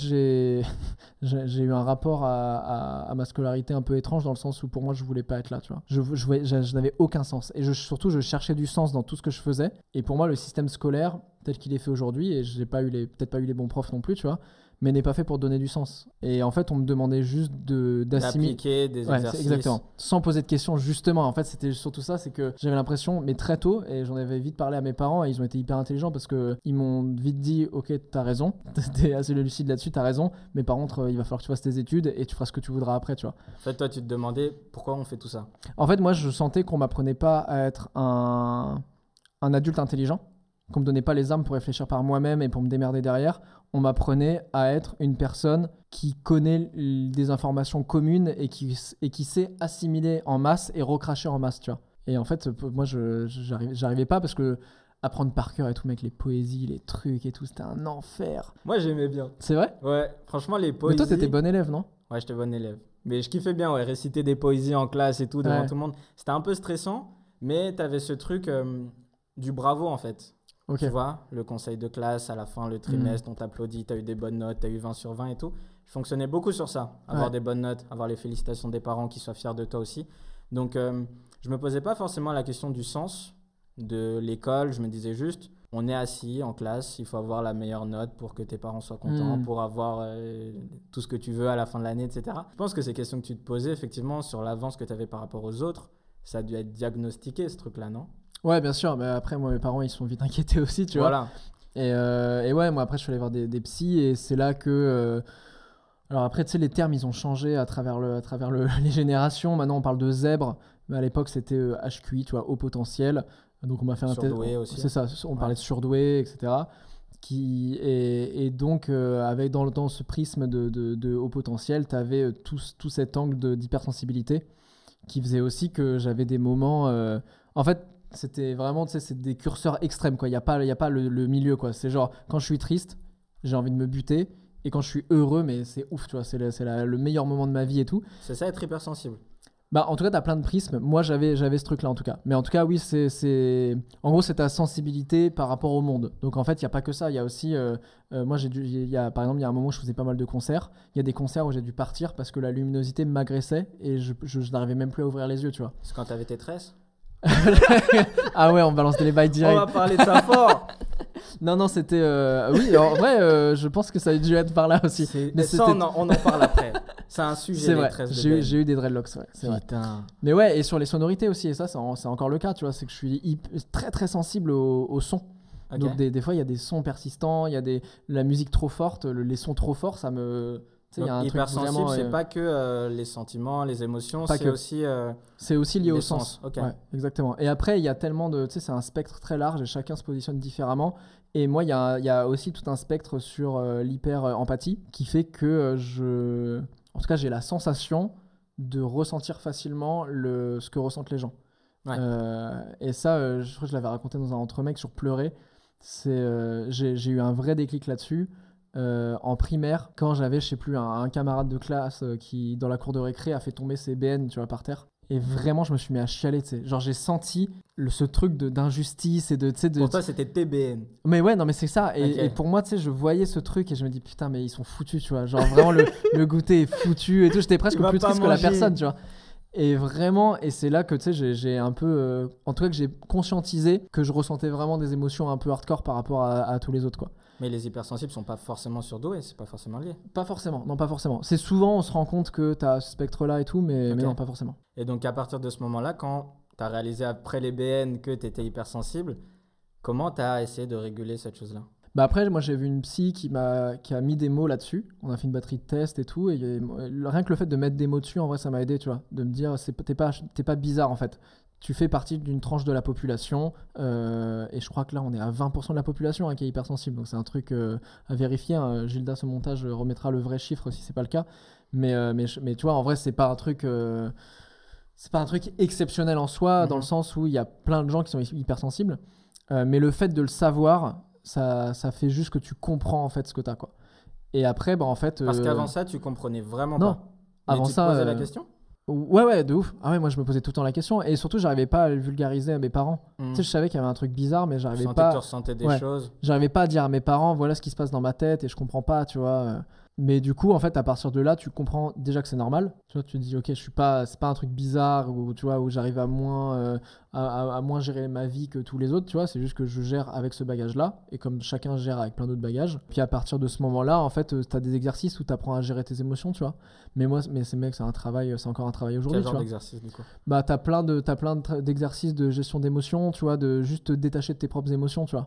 j'ai eu un rapport à ma scolarité un peu étrange dans le sens où pour moi, je voulais pas être là, tu vois. Je n'avais aucun sens. Et surtout, je cherchais du sens dans tout ce que je faisais. Et pour moi, le système scolaire, tel qu'il est fait aujourd'hui, et j'ai peut-être pas eu les bons profs non plus, tu vois, mais n'est pas fait pour donner du sens. Et en fait, on me demandait juste d'assimiler. D'appliquer des exercices. Exactement. Sans poser de questions, justement. En fait, c'était surtout ça, c'est que j'avais l'impression, mais très tôt, et j'en avais vite parlé à mes parents, et ils ont été hyper intelligents parce qu'ils m'ont vite dit, ok, t'as raison, t'es assez lucide là-dessus, t'as raison, mais par contre, il va falloir que tu fasses tes études et tu feras ce que tu voudras après, tu vois. En fait, toi, tu te demandais pourquoi on fait tout ça. En fait, moi, je sentais qu'on m'apprenait pas à être un adulte intelligent, qu'on me donnait pas les armes pour réfléchir par moi-même et pour me démerder derrière. On m'apprenait à être une personne qui connaît des informations communes et qui sait assimiler en masse et recracher en masse, tu vois. Et en fait, moi, j'arrivais pas parce que apprendre par cœur et tout, mec, les poésies, les trucs et tout, c'était un enfer. Moi, j'aimais bien. C'est vrai ? Ouais, franchement, les poésies... Mais toi, t'étais bon élève, non ? Ouais, j'étais bon élève. Mais je kiffais bien, ouais, réciter des poésies en classe et tout devant tout le monde. C'était un peu stressant, mais t'avais ce truc du bravo, en fait. Okay. Tu vois, le conseil de classe, à la fin, le trimestre, on t'applaudit, t'as eu des bonnes notes, t'as eu 20 sur 20 et tout. Je fonctionnais beaucoup sur ça, avoir des bonnes notes, avoir les félicitations des parents qui soient fiers de toi aussi. Donc, je me posais pas forcément la question du sens de l'école. Je me disais juste, on est assis en classe, il faut avoir la meilleure note pour que tes parents soient contents, pour avoir tout ce que tu veux à la fin de l'année, etc. Je pense que ces questions que tu te posais, effectivement, sur l'avance que tu avais par rapport aux autres, ça a dû être diagnostiqué, ce truc-là, non ? Ouais, bien sûr, mais après, moi, mes parents, ils sont vite inquiétés aussi, tu vois. Et ouais, moi, après, je suis allé voir des psys et c'est là que... Alors après, tu sais, les termes, ils ont changé à travers les générations. Maintenant, on parle de zèbre, mais à l'époque, c'était HQI, tu vois, haut potentiel. Donc, on m'a fait un test. Surdoué aussi. C'est ça, on parlait de surdoué, etc. Et donc, avec dans ce prisme de haut potentiel, tu avais tout cet angle d'hypersensibilité qui faisait aussi que j'avais des moments... En fait, c'était vraiment, tu sais, c'est des curseurs extrêmes, quoi. Il n'y a pas le milieu, quoi. C'est genre, quand je suis triste, j'ai envie de me buter. Et quand je suis heureux, mais c'est ouf, tu vois. C'est le meilleur moment de ma vie et tout. C'est ça, être hypersensible. Bah, en tout cas, tu as plein de prismes. Moi, j'avais ce truc-là, en tout cas. Mais en tout cas, oui, en gros, c'est ta sensibilité par rapport au monde. Donc, en fait, il n'y a pas que ça. Il y a aussi... moi, par exemple, il y a un moment où je faisais pas mal de concerts. Il y a des concerts où j'ai dû partir parce que la luminosité m'agressait et je n'arrivais même plus à ouvrir les yeux, tu vois. C'est quand tu avais tes tresses. Ah ouais, on balance des bails directs. On va parler de ça fort. Non, c'était... oui, en vrai, je pense que ça a dû être par là aussi. Mais ça, on en parle après. C'est un sujet, c'est vrai. J'ai eu des dreadlocks, ouais. C'est Putain. Vrai. Mais ouais, et sur les sonorités aussi, et ça, c'est encore le cas, tu vois, c'est que je suis très très sensible au son. Okay. Donc des fois, il y a des sons persistants, il y a la musique trop forte, les sons trop forts, ça me... Donc, y a un hypersensible, truc vraiment, c'est pas que les sentiments, les émotions, c'est aussi lié au sens. Okay. Ouais, exactement. Et après, il y a tellement de... Tu sais, c'est un spectre très large et chacun se positionne différemment. Et moi, il y a aussi tout un spectre sur l'hyper-empathie qui fait que en tout cas, j'ai la sensation de ressentir facilement ce que ressentent les gens. Ouais. Et ça, je crois que je l'avais raconté dans un entre-mecs sur pleurer. J'ai eu un vrai déclic là-dessus. En primaire, quand j'avais, je sais plus, un camarade de classe qui, dans la cour de récré, a fait tomber ses BN, tu vois, par terre. Et vraiment, je me suis mis à chialer, tu sais. Genre, j'ai senti ce truc d'injustice et de... Pour toi, c'était TBN. Mais ouais, non, mais c'est ça. Et pour moi, tu sais, je voyais ce truc et je me dis, putain, mais ils sont foutus, tu vois. Genre, vraiment, le goûter est foutu et tout. J'étais presque plus triste que la personne, tu vois. Et vraiment, et c'est là que, tu sais, j'ai un peu... en tout cas, que j'ai conscientisé que je ressentais vraiment des émotions un peu hardcore par rapport à tous les autres, quoi. Mais les hypersensibles sont pas forcément surdoués, c'est pas forcément lié. Pas forcément, non, pas forcément. C'est souvent, on se rend compte que tu as ce spectre-là et tout, mais non, pas forcément. Et donc, à partir de ce moment-là, quand tu as réalisé après les BN que tu étais hypersensible, comment tu as essayé de réguler cette chose-là ? Bah après, moi, j'ai vu une psy qui a mis des mots là-dessus. On a fait une batterie de tests et tout. Et rien que le fait de mettre des mots dessus, en vrai, ça m'a aidé, tu vois. De me dire, t'es pas bizarre, en fait. tu fais partie d'une tranche de la population, et je crois que là on est à 20% de la population qui est hypersensible, donc c'est un truc à vérifier, hein. Gilda, ce montage, remettra le vrai chiffre si c'est pas le cas, mais tu vois, en vrai c'est pas un truc exceptionnel en soi, dans le sens où il y a plein de gens qui sont hypersensibles, mais le fait de le savoir, ça fait juste que tu comprends en fait ce que t'as, quoi. Et après, en fait... Parce qu'avant ça, tu comprenais vraiment non. pas. Mais Avant tu ça, te posais la question ? Ouais, de ouf. Ah ouais, moi je me posais tout le temps la question, et surtout j'arrivais pas à le vulgariser à mes parents. Tu sais, je savais qu'il y avait un truc bizarre, mais j'arrivais pas. Tu ressentais des choses. J'arrivais pas à dire à mes parents, voilà ce qui se passe dans ma tête, et je comprends pas, tu vois. Mais du coup, en fait, à partir de là, tu comprends déjà que c'est normal. Tu vois, tu te dis, ok, c'est pas un truc bizarre où, tu vois, où j'arrive à moins gérer ma vie que tous les autres, tu vois. C'est juste que je gère avec ce bagage-là, et comme chacun gère avec plein d'autres bagages. Puis à partir de ce moment-là, en fait, t'as des exercices où t'apprends à gérer tes émotions, tu vois. Mais c'est encore un travail aujourd'hui. Quel genre d'exercice, du coup ? T'as plein d'exercices de gestion d'émotions, tu vois, de juste te détacher de tes propres émotions, tu vois.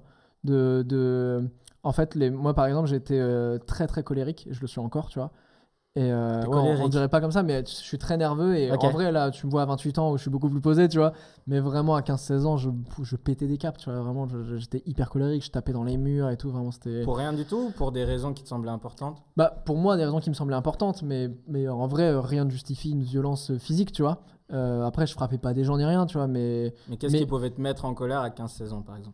En fait, moi par exemple, j'étais très très colérique, je le suis encore, tu vois. Et on dirait pas comme ça, mais je suis très nerveux. Et en vrai, là, tu me vois à 28 ans où je suis beaucoup plus posé, tu vois. Mais vraiment, à 15-16 ans, je pétais des câbles, tu vois. Vraiment, j'étais hyper colérique, je tapais dans les murs et tout. Vraiment, c'était... Pour rien du tout ou pour des raisons qui te semblaient importantes ? Pour moi, des raisons qui me semblaient importantes, mais en vrai, rien ne justifie une violence physique, tu vois. Après, je frappais pas des gens ni rien, tu vois. Mais qu'est-ce qui pouvait te mettre en colère à 15-16 ans, par exemple ?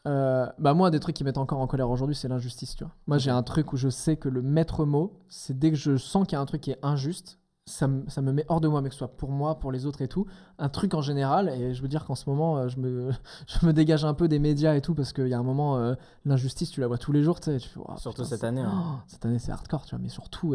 Moi, des trucs qui mettent encore en colère aujourd'hui, c'est l'injustice, tu vois. Moi, j'ai un truc où je sais que le maître mot, c'est dès que je sens qu'il y a un truc qui est injuste, ça me met hors de moi, mais que ce soit pour moi, pour les autres et tout. Un truc en général, et je veux dire qu'en ce moment, je me dégage un peu des médias et tout, parce qu'il y a un moment, l'injustice, tu la vois tous les jours, tu sais. Surtout cette année. Cette année, c'est hardcore, tu vois, mais surtout...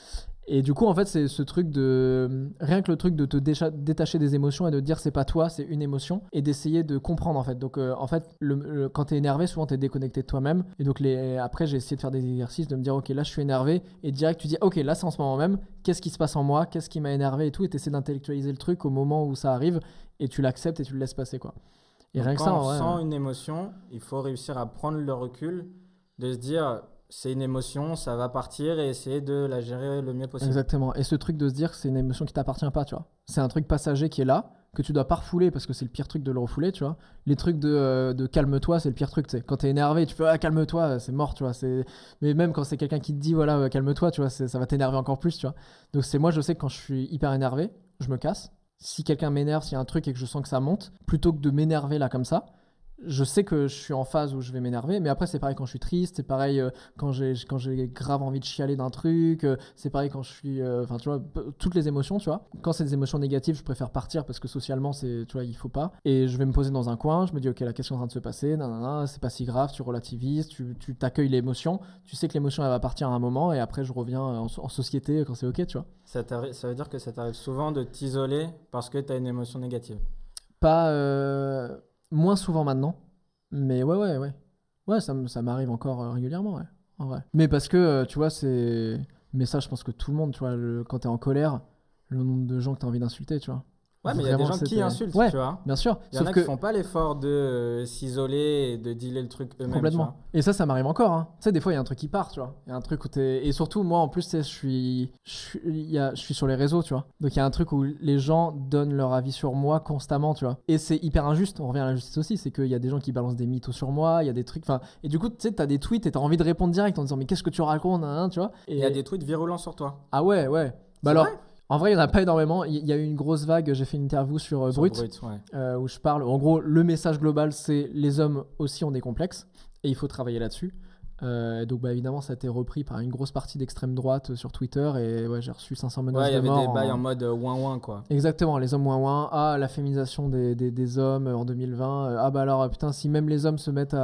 Et du coup, en fait, c'est ce truc de... Rien que le truc de te détacher des émotions et de dire c'est pas toi, c'est une émotion, et d'essayer de comprendre, en fait. Donc, en fait, quand t'es énervé, souvent t'es déconnecté de toi-même. Et donc, après, j'ai essayé de faire des exercices, de me dire, ok, là, je suis énervé. Et direct, tu dis, ok, là, c'est en ce moment même. Qu'est-ce qui se passe en moi ? Qu'est-ce qui m'a énervé et tout ? Et t'essaies d'intellectualiser le truc au moment où ça arrive. Et tu l'acceptes et tu le laisses passer, quoi. Et donc, rien que ça, en vrai... Quand on sent une émotion, il faut réussir à prendre le recul, de se dire... C'est une émotion, ça va partir et essayer de la gérer le mieux possible. Exactement. Et ce truc de se dire que c'est une émotion qui t'appartient pas, tu vois. C'est un truc passager qui est là, que tu dois pas refouler parce que c'est le pire truc de le refouler, tu vois. Les trucs de calme-toi, c'est le pire truc, tu sais. Quand t'es énervé, tu fais calme-toi, c'est mort, tu vois. Mais même quand c'est quelqu'un qui te dit voilà, calme-toi, tu vois, ça va t'énerver encore plus, tu vois. Donc moi, je sais que quand je suis hyper énervé, je me casse. Si quelqu'un m'énerve, s'il y a un truc et que je sens que ça monte, plutôt que de m'énerver là comme ça, je sais que je suis en phase où je vais m'énerver, mais après c'est pareil quand je suis triste, c'est pareil quand j'ai grave envie de chialer d'un truc, c'est pareil quand je suis, tu vois, toutes les émotions, tu vois. Quand c'est des émotions négatives, je préfère partir parce que socialement, tu vois, il faut pas. Et je vais me poser dans un coin, je me dis ok, la question est en train de se passer, c'est pas si grave, tu relativises, tu t'accueilles l'émotion, tu sais que l'émotion elle va partir à un moment et après je reviens en société quand c'est ok, tu vois. Ça veut dire que ça t'arrive souvent de t'isoler parce que t'as une émotion négative ? Pas... Moins souvent maintenant, mais ouais, ça m'arrive encore régulièrement, ouais, en vrai. Mais parce que, tu vois, mais ça, je pense que tout le monde, tu vois, quand t'es en colère, le nombre de gens que t'as envie d'insulter, tu vois. Ouais, mais il y a des gens qui insultent, ouais, tu vois. Bien sûr. Il y en a qui font pas l'effort de s'isoler et de dealer le truc eux-mêmes. Complètement. Et ça m'arrive encore. Hein. Tu sais, des fois, il y a un truc qui part, tu vois. Il y a un truc où Et surtout, moi, en plus, je suis sur les réseaux, tu vois. Donc, il y a un truc où les gens donnent leur avis sur moi constamment, tu vois. Et c'est hyper injuste. On revient à l'injustice aussi. C'est qu'il y a des gens qui balancent des mythos sur moi. Il y a des trucs. Et du coup, tu sais, t'as des tweets et t'as envie de répondre direct en disant, mais qu'est-ce que tu racontes, hein, tu vois. Et il y a des tweets virulents sur toi. Ah ouais. Bah alors. Vrai en vrai, il n'y en a pas énormément. Il y a eu une grosse vague. J'ai fait une interview sur Brut ouais. Où je parle. En gros, le message global, c'est les hommes aussi ont des complexes et il faut travailler là-dessus. Donc évidemment, ça a été repris par une grosse partie d'extrême droite sur Twitter et ouais, j'ai reçu 500 menaces de mort. Ouais, il y avait des bails en mode ouin-ouin quoi. Exactement, les hommes ouin-ouin. Ah, la féminisation des hommes en 2020. Ah bah alors putain, si même les hommes se mettent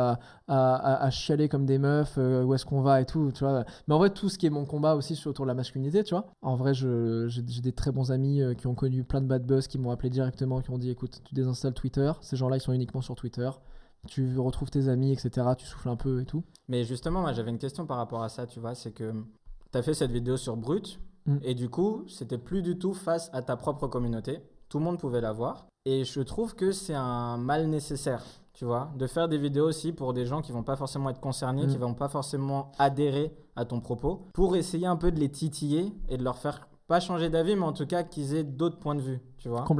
à chialer comme des meufs, où est-ce qu'on va et tout, tu vois. Mais en vrai, tout ce qui est mon combat aussi sur autour de la masculinité, tu vois. En vrai, j'ai des très bons amis qui ont connu plein de bad buzz, qui m'ont appelé directement, qui m'ont dit écoute, tu désinstalles Twitter. Ces gens-là, ils sont uniquement sur Twitter. Tu retrouves tes amis, etc. Tu souffles un peu et tout. Mais justement, moi, j'avais une question par rapport à ça, tu vois. C'est que tu as fait cette vidéo sur Brut et du coup, c'était plus du tout face à ta propre communauté. Tout le monde pouvait la voir. Et je trouve que c'est un mal nécessaire, tu vois, de faire des vidéos aussi pour des gens qui vont pas forcément être concernés, qui vont pas forcément adhérer à ton propos, pour essayer un peu de les titiller et de leur faire pas changer d'avis, mais en tout cas qu'ils aient d'autres points de vue, tu vois. Complètement.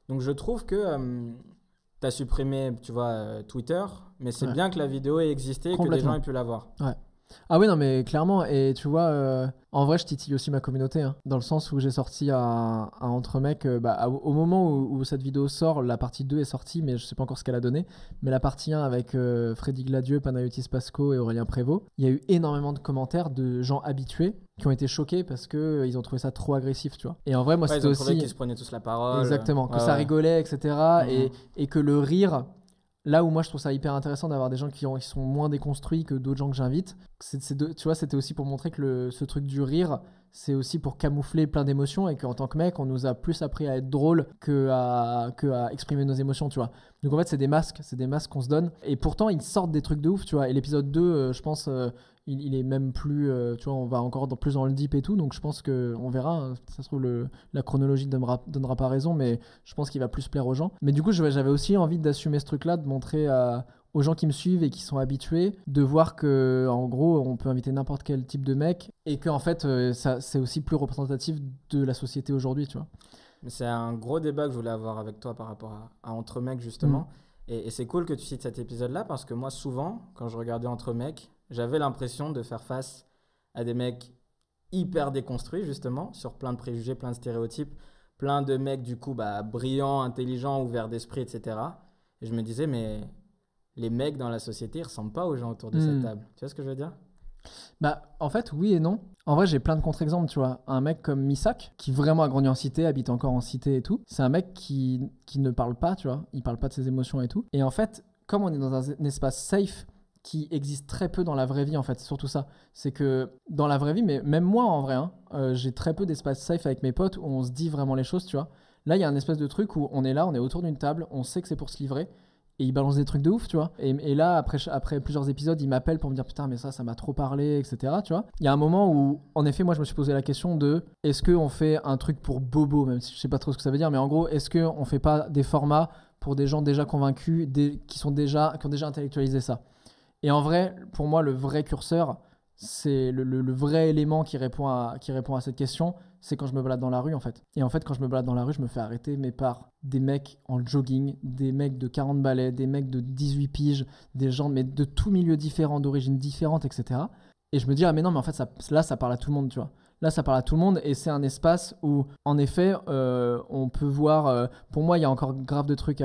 Donc je trouve que tu as supprimé, tu vois, Twitter, mais c'est bien que la vidéo ait existé et que des gens aient pu la voir. Ouais. Ah oui, non, mais clairement, et tu vois, en vrai, je titille aussi ma communauté, hein, dans le sens où j'ai sorti un Entre Mecs, au moment où cette vidéo sort, la partie 2 est sortie, mais je sais pas encore ce qu'elle a donné, mais la partie 1 avec Freddy Gladieux, Panayotis Pasco et Aurélien Prévost, il y a eu énormément de commentaires de gens habitués qui ont été choqués parce qu'ils ont trouvé ça trop agressif, tu vois. Et en vrai, moi, c'était aussi... qu'ils se prenaient tous la parole. Exactement, que ça rigolait, etc. Et que le rire... Là où moi je trouve ça hyper intéressant d'avoir des gens qui sont moins déconstruits que d'autres gens que j'invite, tu vois, c'était aussi pour montrer que ce truc du rire, c'est aussi pour camoufler plein d'émotions et qu'en tant que mec, on nous a plus appris à être drôle que à exprimer nos émotions, tu vois. Donc en fait, c'est des masques qu'on se donne. Et pourtant, ils sortent des trucs de ouf, tu vois. Et l'épisode 2, je pense, il est même plus, tu vois, on va encore plus dans le deep et tout. Donc je pense qu'on verra. Hein, ça se trouve, la chronologie ne donnera pas raison, mais je pense qu'il va plus plaire aux gens. Mais du coup, j'avais aussi envie d'assumer ce truc-là, de montrer aux gens qui me suivent et qui sont habitués, de voir que en gros on peut inviter n'importe quel type de mec et que en fait ça c'est aussi plus représentatif de la société aujourd'hui, tu vois. Mais c'est un gros débat que je voulais avoir avec toi par rapport à Entre Mecs justement. Et c'est cool que tu cites cet épisode-là parce que moi souvent quand je regardais Entre Mecs, j'avais l'impression de faire face à des mecs hyper déconstruits justement sur plein de préjugés, plein de stéréotypes, plein de mecs du coup brillants, intelligents, ouverts d'esprit, etc. Et je me disais mais les mecs dans la société ils ressemblent pas aux gens autour de cette table. Tu vois ce que je veux dire? Bah, en fait, oui et non. En vrai, j'ai plein de contre-exemples, tu vois. Un mec comme Misak, qui vraiment a grandi en cité, habite encore en cité et tout, c'est un mec qui ne parle pas, tu vois. Il parle pas de ses émotions et tout. Et en fait, comme on est dans un espace safe qui existe très peu dans la vraie vie, en fait, c'est surtout ça. C'est que dans la vraie vie, mais même moi, en vrai, j'ai très peu d'espace safe avec mes potes où on se dit vraiment les choses, tu vois. Là, il y a un espèce de truc où on est là, on est autour d'une table, on sait que c'est pour se livrer. Et il balance des trucs de ouf, tu vois. Et là, après plusieurs épisodes, il m'appelle pour me dire putain, mais ça m'a trop parlé, etc. Tu vois. Il y a un moment où, en effet, moi, je me suis posé la question de est-ce qu'on fait un truc pour bobo, même si je sais pas trop ce que ça veut dire, mais en gros, est-ce qu'on fait pas des formats pour des gens déjà convaincus, qui ont déjà intellectualisé ça. Et en vrai, pour moi, le vrai curseur, c'est le vrai élément qui répond à cette question, c'est quand je me balade dans la rue en fait. Et en fait, quand je me balade dans la rue, je me fais arrêter mais par des mecs en jogging, des mecs de 40 balais, des mecs de 18 piges, des gens mais de tout milieu différents, d'origines différentes, etc. Et je me dis, ah mais non, mais en fait, là, ça parle à tout le monde, tu vois. Là, ça parle à tout le monde et c'est un espace où, en effet, on peut voir... pour moi, il y a encore grave de trucs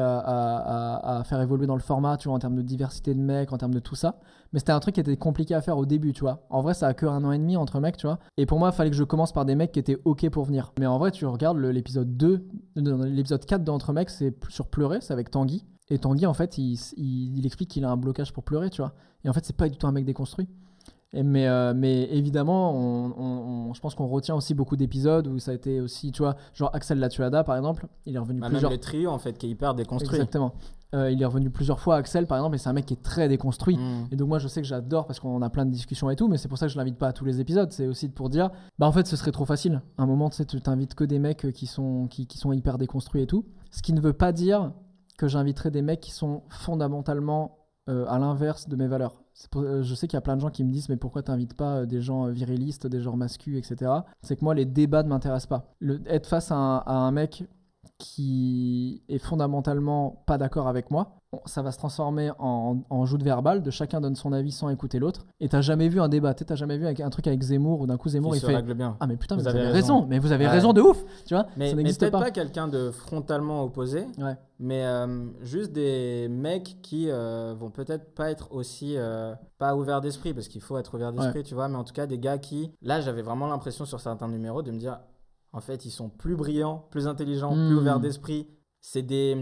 à faire évoluer dans le format, tu vois, en termes de diversité de mecs, en termes de tout ça. Mais c'était un truc qui était compliqué à faire au début, tu vois. En vrai, ça a que 1 an et demi entre mecs, tu vois. Et pour moi, il fallait que je commence par des mecs qui étaient OK pour venir. Mais en vrai, tu regardes l'épisode 2, l'épisode 4 d'Entre Mecs, c'est sur Pleurer, c'est avec Tanguy. Et Tanguy, en fait, il explique qu'il a un blocage pour pleurer, tu vois. Et en fait, c'est pas du tout un mec déconstruit. Mais évidemment, je pense qu'on retient aussi beaucoup d'épisodes où ça a été aussi, tu vois, genre Axel Latuada par exemple, il est revenu plusieurs... Même le trio en fait qui est hyper déconstruit. Exactement. Il est revenu plusieurs fois, Axel par exemple, et c'est un mec qui est très déconstruit. Et donc moi je sais que j'adore parce qu'on a plein de discussions et tout, mais c'est pour ça que je l'invite pas à tous les épisodes. C'est aussi pour dire, bah en fait ce serait trop facile. À un moment, tu sais, tu t'invites que des mecs qui sont hyper déconstruits et tout. Ce qui ne veut pas dire que j'inviterai des mecs qui sont fondamentalement à l'inverse de mes valeurs. Je sais qu'il y a plein de gens qui me disent mais pourquoi t'invites pas des gens virilistes, des gens masculins, etc. C'est que moi les débats ne m'intéressent pas. Être face à un mec qui est fondamentalement pas d'accord avec moi, ça va se transformer en joute verbale de chacun donne son avis sans écouter l'autre. Et t'as jamais vu un débat, t'as jamais vu un truc avec Zemmour où d'un coup Zemmour il fait ah mais putain vous avez raison, mais vous avez raison de ouf, tu vois. Mais peut-être pas quelqu'un de frontalement opposé, mais juste des mecs qui vont peut-être pas être aussi pas ouverts d'esprit parce qu'il faut être ouvert d'esprit, tu vois, mais en tout cas des gars qui, là j'avais vraiment l'impression sur certains numéros de me dire en fait ils sont plus brillants, plus intelligents, plus ouverts d'esprit, c'est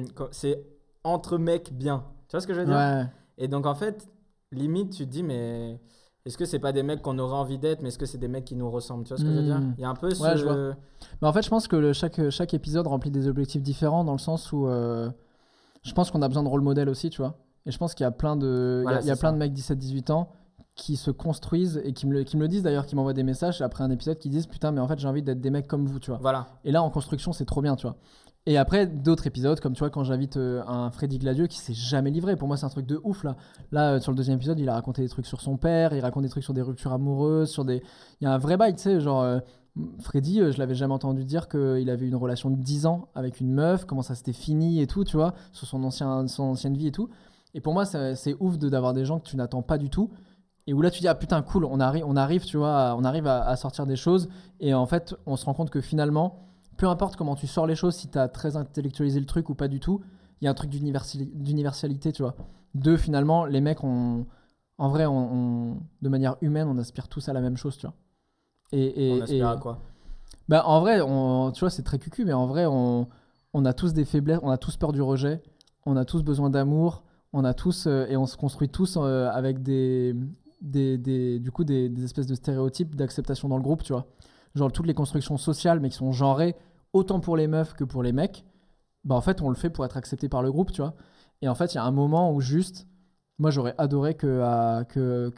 entre mecs bien. Tu vois ce que je veux dire? Et donc, en fait, limite, tu te dis, mais est-ce que c'est pas des mecs qu'on aurait envie d'être, mais est-ce que c'est des mecs qui nous ressemblent? Tu vois ce que je veux dire? Il y a un peu je vois. Mais en fait, je pense que chaque épisode remplit des objectifs différents dans le sens où je pense qu'on a besoin de rôle modèle aussi, tu vois. Et je pense qu'il y a plein de, plein de mecs 17-18 ans qui se construisent et qui me le disent d'ailleurs, qui m'envoient des messages après un épisode qui disent putain, mais en fait, j'ai envie d'être des mecs comme vous, tu vois. Voilà. Et là, en construction, c'est trop bien, tu vois. Et après, d'autres épisodes, comme tu vois, quand j'invite un Freddy Gladieux qui s'est jamais livré. Pour moi, c'est un truc de ouf, là. Là, sur le 2e épisode, il a raconté des trucs sur son père, il raconte des trucs sur des ruptures amoureuses, il y a un vrai bail, tu sais, genre... Freddy, je l'avais jamais entendu dire qu'il avait une relation de 10 ans avec une meuf, comment ça s'était fini et tout, tu vois, sur son ancienne vie et tout. Et pour moi, c'est ouf d'avoir des gens que tu n'attends pas du tout. Et où là, tu dis, ah putain, cool, on arrive, tu vois, on arrive à sortir des choses. Et en fait, on se rend compte que finalement, peu importe comment tu sors les choses, si tu as très intellectualisé le truc ou pas du tout, il y a un truc d'universalité, tu vois. Finalement, les mecs, en vrai, de manière humaine, on aspire tous à la même chose, tu vois. On aspire à quoi? Bah, en vrai, tu vois, c'est très cucu, mais en vrai, on a tous des faiblesses, on a tous peur du rejet, on a tous besoin d'amour, on a tous, et on se construit tous avec du coup, des espèces de stéréotypes d'acceptation dans le groupe, tu vois. Genre toutes les constructions sociales, mais qui sont genrées, autant pour les meufs que pour les mecs, bah en fait, on le fait pour être accepté par le groupe, tu vois. Et en fait, il y a un moment où juste... Moi, j'aurais adoré qu'à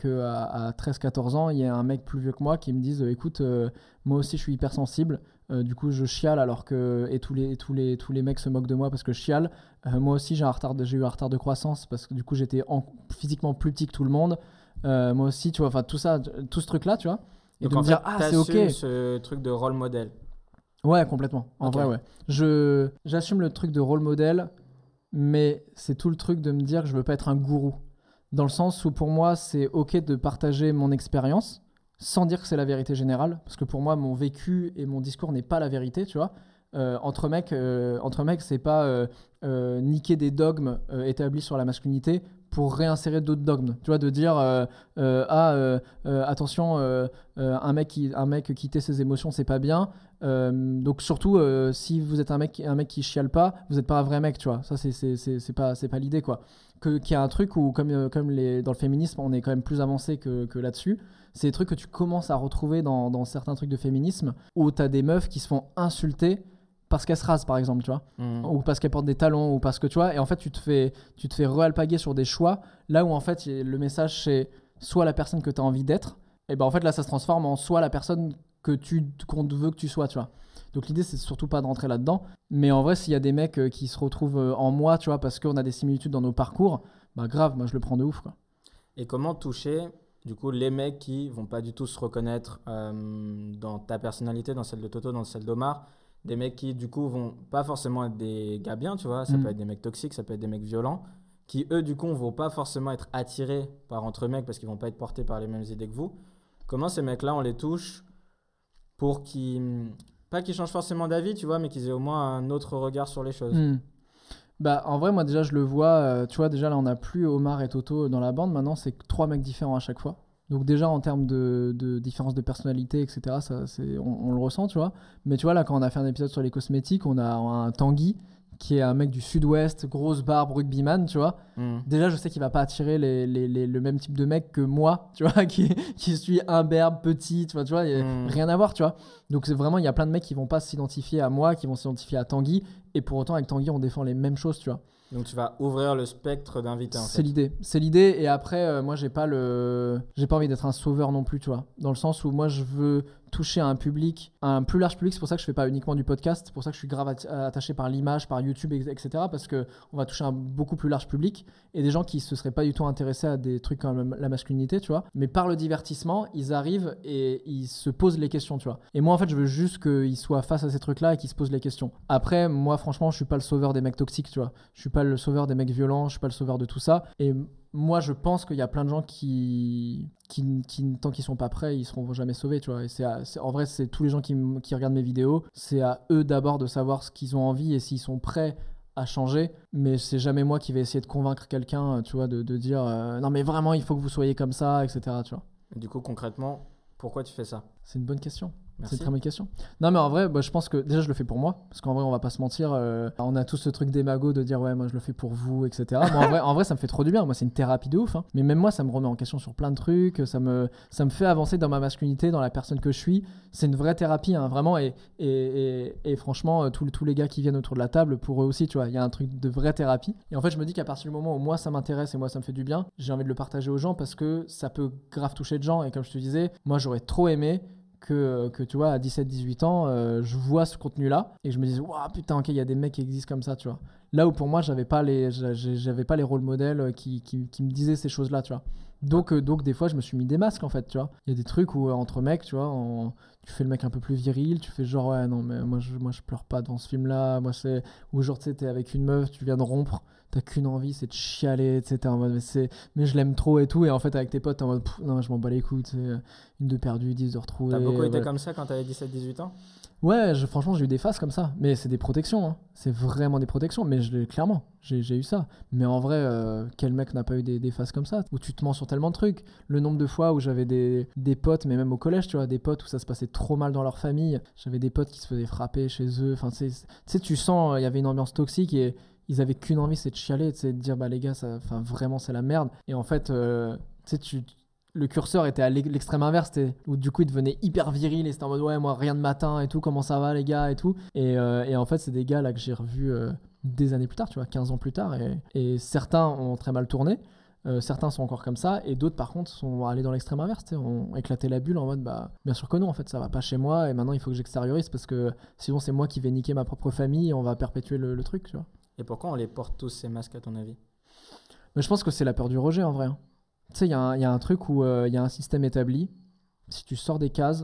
13-14 ans, il y ait un mec plus vieux que moi qui me dise écoute, moi aussi, je suis hypersensible. Du coup, je chiale alors que... Et tous les mecs se moquent de moi parce que je chiale. Moi aussi, j'ai eu un retard de croissance parce que du coup, j'étais physiquement plus petit que tout le monde. Moi aussi, tu vois, enfin, tout ça, tout ce truc-là, tu vois. Et donc, de me dire c'est OK. Ce truc de rôle modèle. Ouais, complètement. En vrai, ouais. J'assume le truc de rôle modèle, mais c'est tout le truc de me dire que je veux pas être un gourou. Dans le sens où pour moi, c'est OK de partager mon expérience sans dire que c'est la vérité générale. Parce que pour moi, mon vécu et mon discours n'est pas la vérité, tu vois. Entre mecs, c'est pas niquer des dogmes établis sur la masculinité pour réinsérer d'autres dogmes. Tu vois, de dire attention, un mec quitter ses émotions, c'est pas bien. Donc surtout, si vous êtes un mec qui chiale pas, vous êtes pas un vrai mec, tu vois. Ça, c'est pas l'idée, quoi. Qu'il y a un truc où, comme dans le féminisme, on est quand même plus avancé que là-dessus. C'est des trucs que tu commences à retrouver dans certains trucs de féminisme où t'as des meufs qui se font insulter parce qu'elles se rasent, par exemple, tu vois, ou parce qu'elles portent des talons, ou parce que, tu vois, et en fait, tu te fais realpaguer sur des choix, là où, en fait, le message, c'est soit la personne que tu as envie d'être, et ben en fait, là, ça se transforme en soit la personne qu'on veut que tu sois, tu vois. Donc, l'idée, c'est surtout pas de rentrer là-dedans, mais en vrai, s'il y a des mecs qui se retrouvent en moi, tu vois, parce qu'on a des similitudes dans nos parcours, bah grave, moi, je le prends de ouf, quoi. Et comment toucher, du coup, les mecs qui vont pas du tout se reconnaître dans ta personnalité, dans celle de Toto, dans celle d'Omar, des mecs qui, du coup, vont pas forcément être des gars bien, tu vois, ça peut être des mecs toxiques, ça peut être des mecs violents, qui, eux, du coup, vont pas forcément être attirés par entre mecs parce qu'ils vont pas être portés par les mêmes idées que vous. Comment ces mecs-là, on les touche pour pas qu'ils changent forcément d'avis, tu vois, mais qu'ils aient au moins un autre regard sur les choses? Bah, en vrai, moi, déjà, je le vois, tu vois, déjà, là, on n'a plus Omar et Toto dans la bande, maintenant, c'est 3 mecs différents à chaque fois. Donc déjà en termes de différence de personnalité, etc., on le ressent, tu vois. Mais tu vois, là, quand on a fait un épisode sur les cosmétiques, on a un Tanguy, qui est un mec du sud-ouest, grosse barbe, rugbyman, tu vois. Déjà, je sais qu'il va pas attirer le même type de mec que moi, tu vois, qui suis imberbe, petit, tu vois, y a rien à voir, tu vois. Donc c'est vraiment, il y a plein de mecs qui vont pas s'identifier à moi, qui vont s'identifier à Tanguy, et pour autant, avec Tanguy, on défend les mêmes choses, tu vois. Donc tu vas ouvrir le spectre d'invités en fait. C'est l'idée. Et après, moi, j'ai pas envie d'être un sauveur non plus, tu vois. Dans le sens où moi, je veux toucher un public, un plus large public. C'est pour ça que je fais pas uniquement du podcast. C'est pour ça que je suis grave attaché par l'image, par YouTube, etc. Parce que on va toucher un beaucoup plus large public et des gens qui se seraient pas du tout intéressés à des trucs comme la masculinité, tu vois. Mais par le divertissement, ils arrivent et ils se posent les questions, tu vois. Et moi, en fait, je veux juste qu'ils soient face à ces trucs-là et qu'ils se posent les questions. Après, moi, franchement, je suis pas le sauveur des mecs toxiques, tu vois. Je suis pas le sauveur des mecs violents. Je suis pas le sauveur de tout ça. Et moi, je pense qu'il y a plein de gens qui tant qu'ils sont pas prêts, ils seront jamais sauvés, tu vois. Et en vrai, c'est tous les gens qui regardent mes vidéos, c'est à eux d'abord de savoir ce qu'ils ont envie et s'ils sont prêts à changer. Mais c'est jamais moi qui vais essayer de convaincre quelqu'un, tu vois, de dire non mais vraiment il faut que vous soyez comme ça, etc. Tu vois. Et du coup, concrètement, pourquoi tu fais ça? C'est une bonne question. Merci. C'est une très bonne question. Non mais en vrai, je pense que déjà je le fais pour moi, parce qu'en vrai on va pas se mentir, on a tous ce truc démago de dire ouais moi je le fais pour vous, etc. Moi, en vrai ça me fait trop du bien, moi c'est une thérapie de ouf, hein. Mais même moi ça me remet en question sur plein de trucs, ça me fait avancer dans ma masculinité, dans la personne que je suis. C'est une vraie thérapie, hein, vraiment, et franchement tous les gars qui viennent autour de la table, pour eux aussi, tu vois, il y a un truc de vraie thérapie. Et en fait je me dis qu'à partir du moment où moi ça m'intéresse et moi ça me fait du bien, j'ai envie de le partager aux gens parce que ça peut grave toucher de gens. Et comme je te disais, moi j'aurais trop aimé que tu vois, à 17-18 ans, je vois ce contenu-là et je me dis, waouh, putain, ok, il y a des mecs qui existent comme ça, tu vois. Là où pour moi, j'avais pas les rôles modèles qui me disaient ces choses-là, tu vois. Donc des fois, je me suis mis des masques, en fait, tu vois. Il y a des trucs où, entre mecs, tu vois, tu fais le mec un peu plus viril, tu fais genre, ouais, non, mais moi, je pleure pas devant ce film-là. Moi, c'est... Ou genre, tu sais, t'es avec une meuf, tu viens de rompre, t'as qu'une envie, c'est de chialer, tu sais, t'es en mode, mais je l'aime trop et tout. Et en fait, avec tes potes, t'es en mode, non, je m'en bats les couilles, tu sais, une de perdue, 10 de retrouvée. T'as beaucoup été comme ça quand t'avais 17-18 ans? Ouais, franchement, j'ai eu des phases comme ça. Mais c'est des protections, hein. C'est vraiment des protections. Mais clairement, j'ai eu ça. Mais en vrai, quel mec n'a pas eu des phases comme ça où tu te mens sur tellement de trucs. Le nombre de fois où j'avais des potes, mais même au collège, tu vois, des potes où ça se passait trop mal dans leur famille. J'avais des potes qui se faisaient frapper chez eux. Enfin, tu sais, tu sens, il y avait une ambiance toxique et ils avaient qu'une envie, c'est de chialer, de dire, bah les gars, vraiment, c'est la merde. Et en fait, tu sais, le curseur était à l'extrême inverse, où du coup il devenait hyper viril et c'était en mode ouais, moi rien de matin et tout, comment ça va les gars et tout. Et en fait, c'est des gars là que j'ai revus des années plus tard, tu vois, 15 ans plus tard. Et certains ont très mal tourné, certains sont encore comme ça, et d'autres par contre sont allés dans l'extrême inverse, ont éclaté la bulle en mode bah bien sûr que non, en fait ça va pas chez moi et maintenant il faut que j'extériorise parce que sinon c'est moi qui vais niquer ma propre famille et on va perpétuer le truc, tu vois. Et pourquoi on les porte tous ces masques à ton avis? Mais je pense que c'est la peur du rejet en vrai, hein. Tu sais, il y a un truc où il y a un système établi. Si tu sors des cases,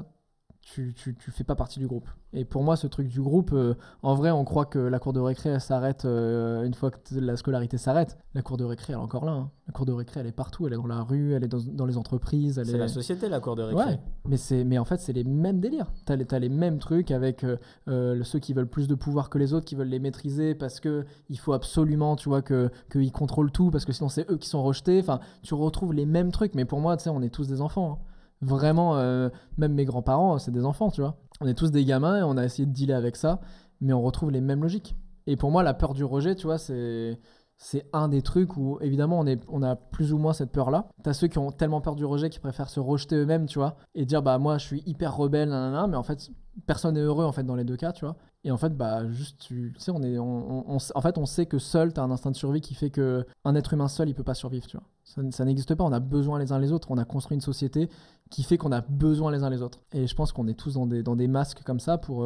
tu fais pas partie du groupe. Et pour moi, ce truc du groupe, en vrai, on croit que la cour de récré, elle s'arrête une fois que la scolarité s'arrête. La cour de récré, elle est encore là, hein. La cour de récré, elle est partout. Elle est dans la rue, elle est dans les entreprises. C'est la société, la cour de récré. Ouais, mais en fait, c'est les mêmes délires. T'as les mêmes trucs avec ceux qui veulent plus de pouvoir que les autres, qui veulent les maîtriser parce qu'il faut absolument, tu vois, qu'ils contrôlent tout parce que sinon, c'est eux qui sont rejetés. Enfin, tu retrouves les mêmes trucs. Mais pour moi, tu sais, on est tous des enfants, hein. Vraiment, même mes grands-parents, c'est des enfants, tu vois. On est tous des gamins et on a essayé de dealer avec ça, mais on retrouve les mêmes logiques. Et pour moi, la peur du rejet, tu vois, c'est un des trucs où, évidemment, on a plus ou moins cette peur-là. T'as ceux qui ont tellement peur du rejet qu'ils préfèrent se rejeter eux-mêmes, tu vois, et dire, bah, moi, je suis hyper rebelle, nanana, mais en fait, personne n'est heureux, en fait, dans les deux cas, tu vois. Et en fait, bah, juste, tu sais, en fait, on sait que seul, t'as un instinct de survie qui fait qu'un être humain seul, il peut pas survivre, tu vois. Ça n'existe pas, on a besoin les uns les autres, on a construit une société qui fait qu'on a besoin les uns les autres. Et je pense qu'on est tous dans des masques comme ça pour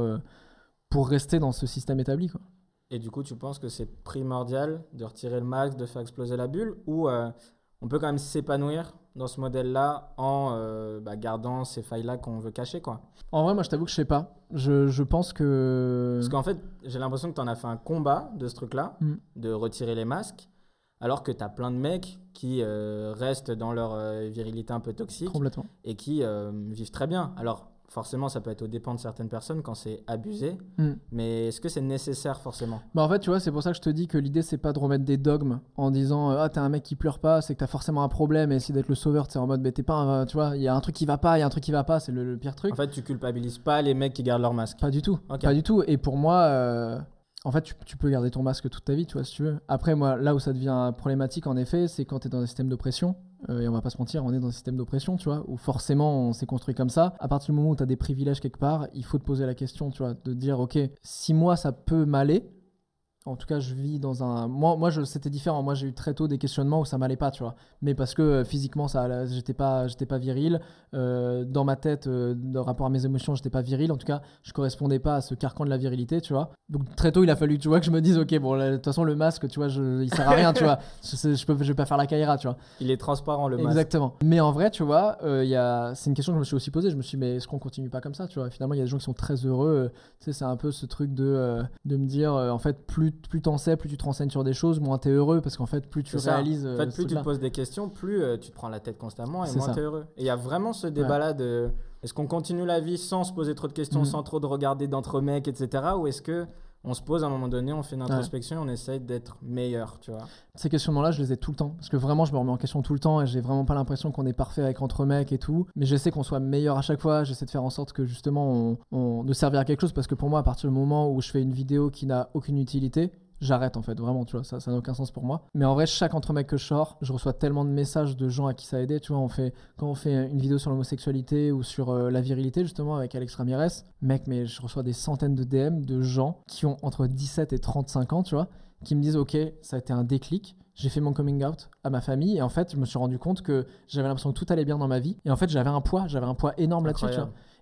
rester dans ce système établi, quoi. Et du coup, tu penses que c'est primordial de retirer le max, de faire exploser la bulle, ou on peut quand même s'épanouir dans ce modèle-là en gardant ces failles-là qu'on veut cacher, quoi? En vrai, moi, je t'avoue que je sais pas. Je pense que... Parce qu'en fait, j'ai l'impression que tu en as fait un combat de ce truc-là, de retirer les masques, alors que tu as plein de mecs qui restent dans leur virilité un peu toxique. Complètement. Et qui vivent très bien. Alors, forcément, ça peut être aux dépens de certaines personnes quand c'est abusé, mais est-ce que c'est nécessaire forcément? Bah en fait, tu vois, c'est pour ça que je te dis que l'idée, c'est pas de remettre des dogmes en disant ah, t'es un mec qui pleure pas, c'est que t'as forcément un problème et essayer d'être le sauveur, t'es en mode, mais t'es pas, tu vois, il y a un truc qui va pas, c'est le pire truc. En fait, tu culpabilises pas les mecs qui gardent leur masque? Pas du tout, okay. Pas du tout. Et pour moi, en fait, tu peux garder ton masque toute ta vie, tu vois, si tu veux. Après, moi, là où ça devient problématique, en effet, c'est quand t'es dans un système d'oppression. Et on va pas se mentir, on est dans un système d'oppression, tu vois, où forcément on s'est construit comme ça. À partir du moment où tu as des privilèges quelque part, il faut te poser la question, tu vois, de dire, ok, si moi ça peut m'aller, en tout cas je vis dans un... Moi c'était différent, moi j'ai eu très tôt des questionnements où ça m'allait pas, tu vois, mais parce que physiquement j'étais pas viril, dans ma tête, dans rapport à mes émotions, j'étais pas viril, en tout cas je correspondais pas à ce carcan de la virilité, tu vois. Donc très tôt il a fallu, tu vois, que je me dise, ok, bon, de toute façon le masque, tu vois, il sert à rien, tu vois, je vais pas faire la caïra, tu vois. Il est transparent le masque. Exactement. Mais en vrai, tu vois, c'est une question que je me suis aussi posée, je me suis dit, mais est-ce qu'on continue pas comme ça, tu vois. Finalement il y a des gens qui sont très heureux, tu sais, c'est un peu ce truc de me dire, en fait, plus t'en sais, plus tu te renseignes sur des choses, moins t'es heureux, parce qu'en fait plus tu réalises en fait, plus tu te poses des questions, plus tu te prends la tête constamment et moins t'es heureux. Et il y a vraiment ce débat là de est-ce qu'on continue la vie sans se poser trop de questions, sans trop de regarder d'entre mecs, etc., ou est-ce que on se pose à un moment donné, on fait une introspection, on essaye d'être meilleur, tu vois. Ces questionnements-là, je les ai tout le temps. Parce que vraiment, je me remets en question tout le temps et j'ai vraiment pas l'impression qu'on est parfait avec entre mecs et tout. Mais j'essaie qu'on soit meilleur à chaque fois. J'essaie de faire en sorte que justement, on de servir à quelque chose. Parce que pour moi, à partir du moment où je fais une vidéo qui n'a aucune utilité, j'arrête en fait, vraiment, tu vois, ça n'a aucun sens pour moi. Mais en vrai, chaque entre-mec que je sors, je reçois tellement de messages de gens à qui ça a aidé, tu vois, quand on fait une vidéo sur l'homosexualité ou sur la virilité, justement, avec Alex Ramirez, mec, mais je reçois des centaines de DM de gens qui ont entre 17 et 35 ans, tu vois, qui me disent, ok, ça a été un déclic, j'ai fait mon coming out à ma famille et en fait, je me suis rendu compte que j'avais l'impression que tout allait bien dans ma vie et en fait, j'avais un poids énorme là-dessus, tu vois.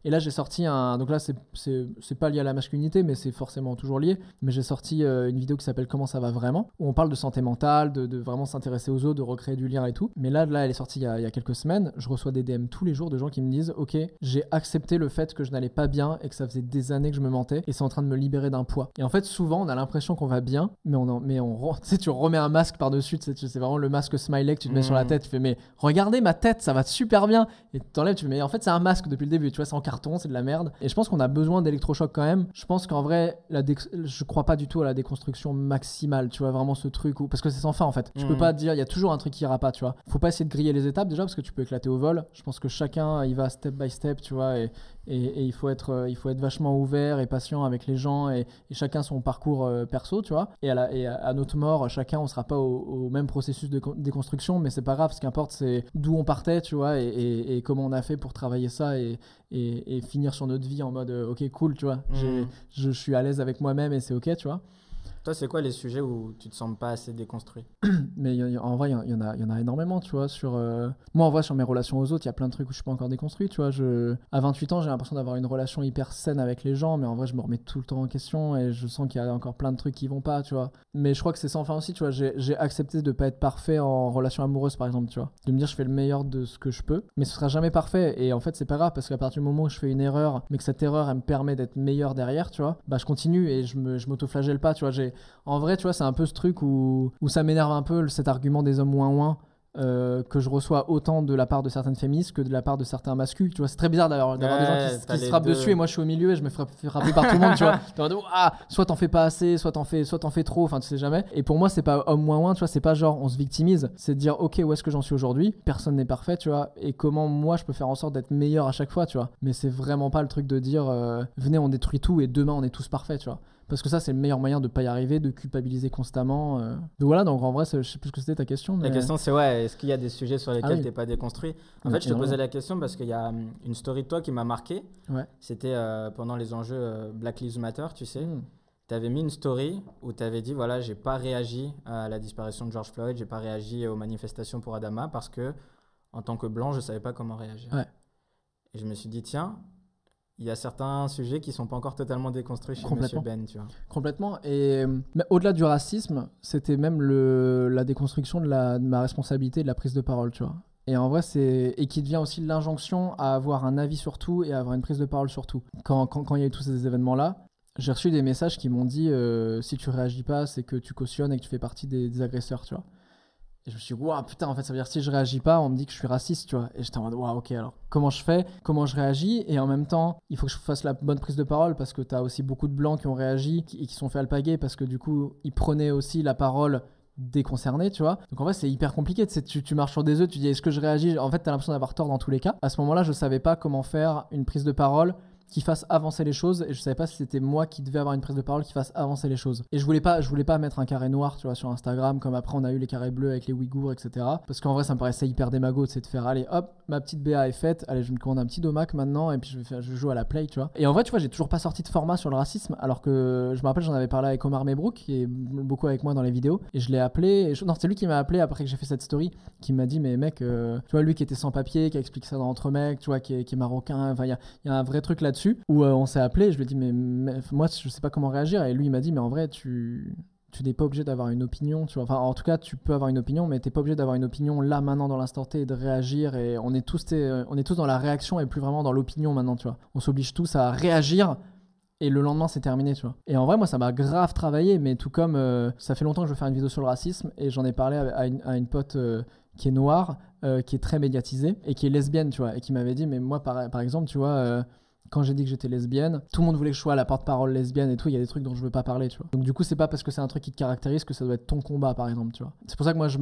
Et là, j'ai sorti donc là, c'est pas lié à la masculinité, mais c'est forcément toujours lié. Mais j'ai sorti une vidéo qui s'appelle Comment ça va vraiment, où on parle de santé mentale, de vraiment s'intéresser aux autres, de recréer du lien et tout. Mais là, elle est sortie il y a quelques semaines. Je reçois des DM tous les jours de gens qui me disent ok, j'ai accepté le fait que je n'allais pas bien et que ça faisait des années que je me mentais et c'est en train de me libérer d'un poids. Et en fait, souvent, on a l'impression qu'on va bien, mais tu sais, tu remets un masque par-dessus, tu sais, c'est vraiment le masque smiley que tu te mets sur la tête. Tu fais mais regardez ma tête, ça va super bien. Et tu t'enlèves, tu fais mais en fait, c'est un masque depuis le début, tu vois, c'est en carton, c'est de la merde. Et je pense qu'on a besoin d'électrochocs quand même. Je pense qu'en vrai, je crois pas du tout à la déconstruction maximale, tu vois, vraiment ce truc parce que c'est sans fin en fait. Je peux pas dire, il y a toujours un truc qui ira pas, tu vois. Faut pas essayer de griller les étapes déjà parce que tu peux éclater au vol. Je pense que chacun y va step by step, tu vois, et il faut être vachement ouvert et patient avec les gens et chacun son parcours perso, tu vois. Et à notre mort, chacun on sera pas au même processus de déconstruction, mais c'est pas grave. Ce qui importe, c'est d'où on partait, tu vois, et comment on a fait pour travailler ça et finir sur notre vie en mode ok cool, tu vois. Je suis à l'aise avec moi-même et c'est ok, tu vois. Toi, c'est quoi les sujets où tu te sens pas assez déconstruit? Mais en vrai, il y en a énormément, tu vois. Moi, en vrai, sur mes relations aux autres, il y a plein de trucs où je suis pas encore déconstruit, tu vois. À 28 ans, j'ai l'impression d'avoir une relation hyper saine avec les gens, mais en vrai, je me remets tout le temps en question et je sens qu'il y a encore plein de trucs qui vont pas, tu vois. Mais je crois que c'est sans fin aussi, tu vois. J'ai accepté de pas être parfait en relation amoureuse, par exemple, tu vois. De me dire, je fais le meilleur de ce que je peux, mais ce sera jamais parfait. Et en fait, c'est pas grave parce qu'à partir du moment où je fais une erreur, mais que cette erreur, elle me permet d'être meilleur derrière, tu vois, bah, je continue et je m'auto-flagelle pas, tu vois. En vrai, tu vois, c'est un peu ce truc où ça m'énerve un peu cet argument des hommes ouin que je reçois autant de la part de certaines féministes que de la part de certains masculins. Tu vois, c'est très bizarre d'avoir des gens qui se frappent dessus et moi je suis au milieu et je me fais frapper par tout le monde, tu vois. Soit t'en fais pas assez, soit t'en fais trop, enfin tu sais jamais. Et pour moi, c'est pas homme ouin, tu vois, c'est pas genre on se victimise, c'est de dire ok, où est-ce que j'en suis aujourd'hui? Personne n'est parfait, tu vois, et comment moi je peux faire en sorte d'être meilleur à chaque fois, tu vois. Mais c'est vraiment pas le truc de dire venez, on détruit tout et demain on est tous parfaits, tu vois. Parce que ça, c'est le meilleur moyen de ne pas y arriver, de culpabiliser constamment. Donc voilà, donc en vrai, je sais plus ce que c'était ta question. Mais... La question, c'est est-ce qu'il y a des sujets sur lesquels tu n'es pas déconstruit? En fait, je te posais la question parce qu'il y a une story de toi qui m'a marqué. Ouais. C'était pendant les enjeux Black Lives Matter, tu sais. Tu avais mis une story où tu avais dit, voilà, j'ai pas réagi à la disparition de George Floyd, j'ai pas réagi aux manifestations pour Adama parce que, en tant que blanc, je savais pas comment réagir. Ouais. Et je me suis dit, tiens... Il y a certains sujets qui ne sont pas encore totalement déconstruits chez Monsieur Ben, tu vois. Complètement. Mais au-delà du racisme, c'était même la déconstruction de ma responsabilité, de la prise de parole, tu vois. Et en vrai, et qui devient aussi l'injonction à avoir un avis sur tout et à avoir une prise de parole sur tout. Quand il y a eu tous ces événements-là, j'ai reçu des messages qui m'ont dit si tu réagis pas, c'est que tu cautionnes et que tu fais partie des agresseurs, tu vois. Et je me suis dit, waouh, putain, en fait, ça veut dire si je réagis pas, on me dit que je suis raciste, tu vois. Et j'étais en mode, waouh, ok, alors comment je fais? Comment je réagis? Et en même temps, il faut que je fasse la bonne prise de parole parce que t'as aussi beaucoup de blancs qui ont réagi et qui sont fait alpaguer parce que du coup, ils prenaient aussi la parole des concernés, tu vois. Donc en vrai, c'est hyper compliqué. Tu marches sur des œufs, tu dis, est-ce que je réagis? En fait, t'as l'impression d'avoir tort dans tous les cas. À ce moment-là, je savais pas comment faire une prise de parole qui fasse avancer les choses et je savais pas si c'était moi qui devais avoir une prise de parole qui fasse avancer les choses et je voulais pas mettre un carré noir, tu vois, sur Instagram comme après on a eu les carrés bleus avec les Ouïghours, etc. Parce qu'en vrai ça me paraissait hyper démago, c'est de faire allez hop, ma petite BA est faite, allez je me commande un petit domac maintenant et puis je joue à la play, tu vois. Et en vrai tu vois, j'ai toujours pas sorti de format sur le racisme alors que je me rappelle j'en avais parlé avec Omar Mebrouk qui est beaucoup avec moi dans les vidéos et je l'ai appelé non c'est lui qui m'a appelé après que j'ai fait cette story qui m'a dit mais mec tu vois, lui qui était sans papier, qui a expliqué ça dans Entre mecs, tu vois, qui est marocain, enfin il y a un vrai truc là-dessus où on s'est appelé, je lui ai dit mais moi je sais pas comment réagir et lui il m'a dit mais en vrai tu n'es pas obligé d'avoir une opinion, tu vois. Enfin en tout cas tu peux avoir une opinion mais t'es pas obligé d'avoir une opinion là maintenant dans l'instant T et de réagir et on est tous dans la réaction et plus vraiment dans l'opinion maintenant, tu vois. On s'oblige tous à réagir et le lendemain c'est terminé, tu vois. Et en vrai moi ça m'a grave travaillé mais tout comme ça fait longtemps que je veux faire une vidéo sur le racisme et j'en ai parlé à une pote qui est noire, qui est très médiatisée et qui est lesbienne, tu vois, et qui m'avait dit mais moi par exemple tu vois quand j'ai dit que j'étais lesbienne, tout le monde voulait que je sois la porte-parole lesbienne et tout, il y a des trucs dont je veux pas parler, tu vois. Donc du coup, c'est pas parce que c'est un truc qui te caractérise que ça doit être ton combat, par exemple, tu vois. C'est pour ça que moi, je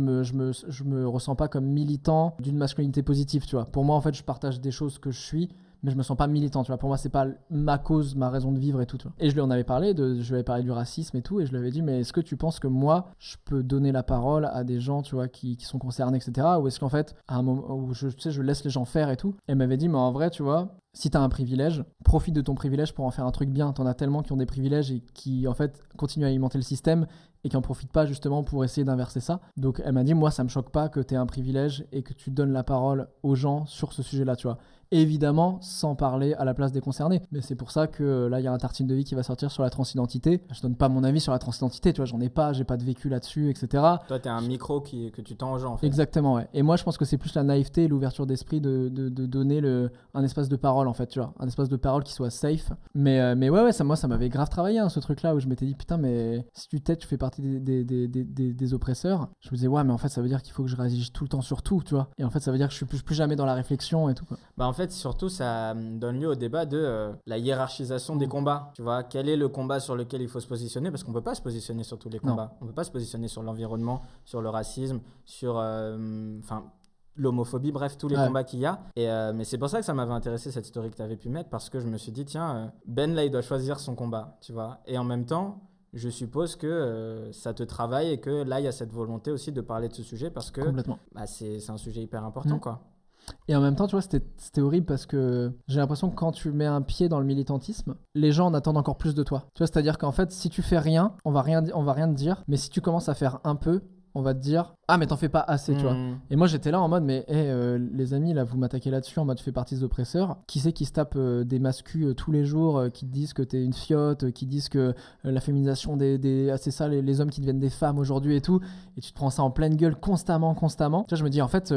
me ressens pas comme militant d'une masculinité positive, tu vois. Pour moi, en fait, je partage des choses que je suis, mais je me sens pas militant, tu vois. Pour moi, c'est pas ma cause, ma raison de vivre et tout, tu vois. Et je lui en avais parlé, je lui avais parlé du racisme et tout, et je lui avais dit, mais est-ce que tu penses que moi, je peux donner la parole à des gens, tu vois, qui sont concernés, etc. Ou est-ce qu'en fait, à un moment où je laisse les gens faire et tout. Elle m'avait dit, mais en vrai, tu vois, si t'as un privilège, profite de ton privilège pour en faire un truc bien. T'en as tellement qui ont des privilèges et qui, en fait, continuent à alimenter le système et qui en profitent pas justement pour essayer d'inverser ça. Donc elle m'a dit, moi, ça me choque pas que t'aies un privilège et que tu donnes la parole aux gens sur ce sujet-là, tu vois. évidemment sans parler à la place des concernés. Mais c'est pour ça que là, il y a un tartine de vie qui va sortir sur la transidentité. Je donne pas mon avis sur la transidentité, tu vois, j'ai pas de vécu là-dessus, etc. Toi, t'es un micro que tu tends aux gens, en fait. Exactement, ouais. Et moi, je pense que c'est plus la naïveté et l'ouverture d'esprit de donner un espace de parole, en fait, tu vois, un espace de parole qui soit safe. Mais ouais, ça m'avait grave travaillé, hein, ce truc-là, où je m'étais dit, putain, mais si tu fais partie des oppresseurs, je me disais, ouais, mais en fait, ça veut dire qu'il faut que je réagisse tout le temps sur tout, tu vois. Et en fait, ça veut dire que je suis plus jamais dans la réflexion et tout, quoi. Bah, en fait, surtout, ça donne lieu au débat de la hiérarchisation des combats. Tu vois, quel est le combat sur lequel il faut se positionner? Parce qu'on peut pas se positionner sur tous les combats. Non. On peut pas se positionner sur l'environnement, sur le racisme, sur l'homophobie, bref, tous les combats qu'il y a. Mais c'est pour ça que ça m'avait intéressé, cette story que tu avais pu mettre, parce que je me suis dit, tiens, Ben, là, il doit choisir son combat, tu vois. Et en même temps, je suppose que ça te travaille et que là, il y a cette volonté aussi de parler de ce sujet parce que c'est un sujet hyper important, quoi. Et en même temps, tu vois, c'était horrible parce que j'ai l'impression que quand tu mets un pied dans le militantisme, les gens en attendent encore plus de toi. Tu vois, c'est-à-dire qu'en fait, si tu fais rien, on va rien te dire. Mais si tu commences à faire un peu, on va te dire « Ah, mais t'en fais pas assez, tu vois. » Et moi, j'étais là en mode « Mais les amis, là, vous m'attaquez là-dessus en mode tu fais partie des oppresseurs. Qui c'est qui se tape des mascus tous les jours, qui te disent que t'es une fiotte, qui disent que la féminisation c'est ça, les hommes qui deviennent des femmes aujourd'hui et tout. Et tu te prends ça en pleine gueule constamment. Tu vois, je me dis en fait...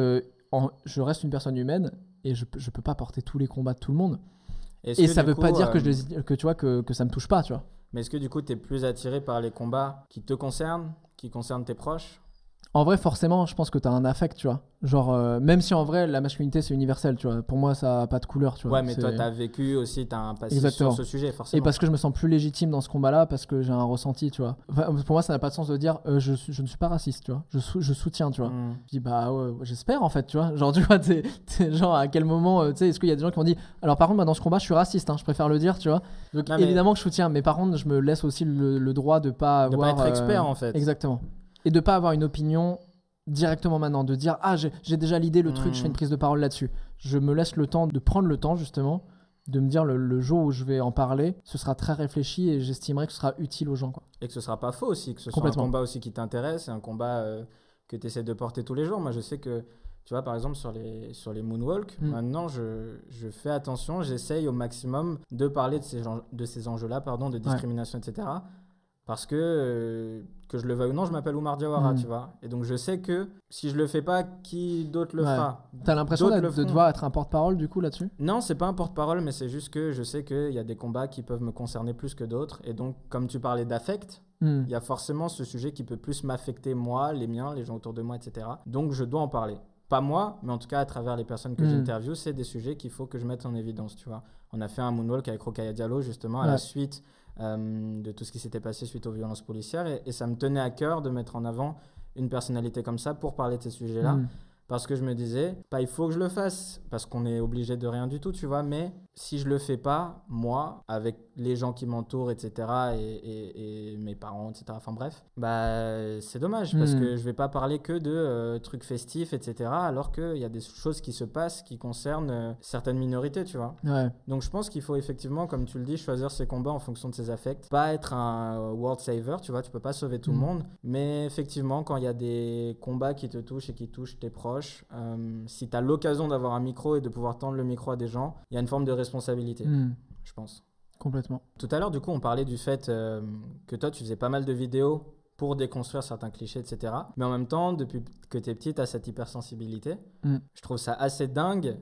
je reste une personne humaine et je peux pas porter tous les combats de tout le monde. Et ça veut pas dire que tu vois que ça me touche pas, tu vois. Mais est-ce que du coup tu es plus attiré par les combats qui te concernent, qui concernent tes proches? En vrai, forcément, je pense que t'as un affect, tu vois. Genre, même si en vrai, la masculinité, c'est universel, tu vois. Pour moi, ça n'a pas de couleur, tu vois. Ouais, mais toi, t'as vécu aussi, t'as un passé sur ce sujet, forcément. Et parce que je me sens plus légitime dans ce combat-là, parce que j'ai un ressenti, tu vois. Enfin, pour moi, ça n'a pas de sens de dire, je ne suis pas raciste, tu vois. Je soutiens, tu vois. Je dis, bah ouais, j'espère, en fait, tu vois. Genre, tu vois, t'es genre, à quel moment, tu sais, est-ce qu'il y a des gens qui m'ont dit, alors par contre, dans ce combat, je suis raciste, hein, je préfère le dire, tu vois. Donc, évidemment que je soutiens, mais par contre, je me laisse aussi le droit de pas avoir... De pas être expert, en fait. Exactement. Et de pas avoir une opinion... directement maintenant, de dire j'ai déjà l'idée, le truc, je fais une prise de parole là-dessus. Je me laisse le temps de prendre le temps justement de me dire le jour où je vais en parler, ce sera très réfléchi et j'estimerai que ce sera utile aux gens, quoi. Et que ce sera pas faux aussi, que ce soit un combat aussi qui t'intéresse, un combat que tu essaies de porter tous les jours. Moi je sais que tu vois, par exemple, sur les moonwalks, maintenant, je fais attention, j'essaye au maximum de parler de ces enjeux-là, de discrimination, etc. Parce que je le veuille ou non, je m'appelle Oumar Diawara, tu vois. Et donc, je sais que si je le fais pas, qui d'autre le fera? T'as l'impression de devoir être un porte-parole, du coup, là-dessus? Non, c'est pas un porte-parole, mais c'est juste que je sais qu'il y a des combats qui peuvent me concerner plus que d'autres. Et donc, comme tu parlais d'affect, il y a forcément ce sujet qui peut plus m'affecter, moi, les miens, les gens autour de moi, etc. Donc, je dois en parler. Pas moi, mais en tout cas, à travers les personnes que j'interviewe, c'est des sujets qu'il faut que je mette en évidence, tu vois. On a fait un moonwalk avec Rokhaya Diallo, justement, à la suite... de tout ce qui s'était passé suite aux violences policières et ça me tenait à cœur de mettre en avant une personnalité comme ça pour parler de ces sujets-là parce que je me disais, il faut que je le fasse parce qu'on est obligé de rien du tout, tu vois, mais si je le fais pas, moi, avec les gens qui m'entourent, etc., et mes parents, etc., enfin bref, c'est dommage parce que je vais pas parler que de trucs festifs, etc., alors qu'il y a des choses qui se passent qui concernent certaines minorités, tu vois. Ouais. Donc je pense qu'il faut effectivement, comme tu le dis, choisir ses combats en fonction de ses affects, pas être un world saver, tu vois, tu peux pas sauver tout le monde, mais effectivement, quand il y a des combats qui te touchent et qui touchent tes proches, si tu as l'occasion d'avoir un micro et de pouvoir tendre le micro à des gens, il y a une forme de responsabilité, je pense. Complètement. Tout à l'heure, du coup, on parlait du fait que toi, tu faisais pas mal de vidéos pour déconstruire certains clichés, etc. Mais en même temps, depuis que tu es petite, tu as cette hypersensibilité. Je trouve ça assez dingue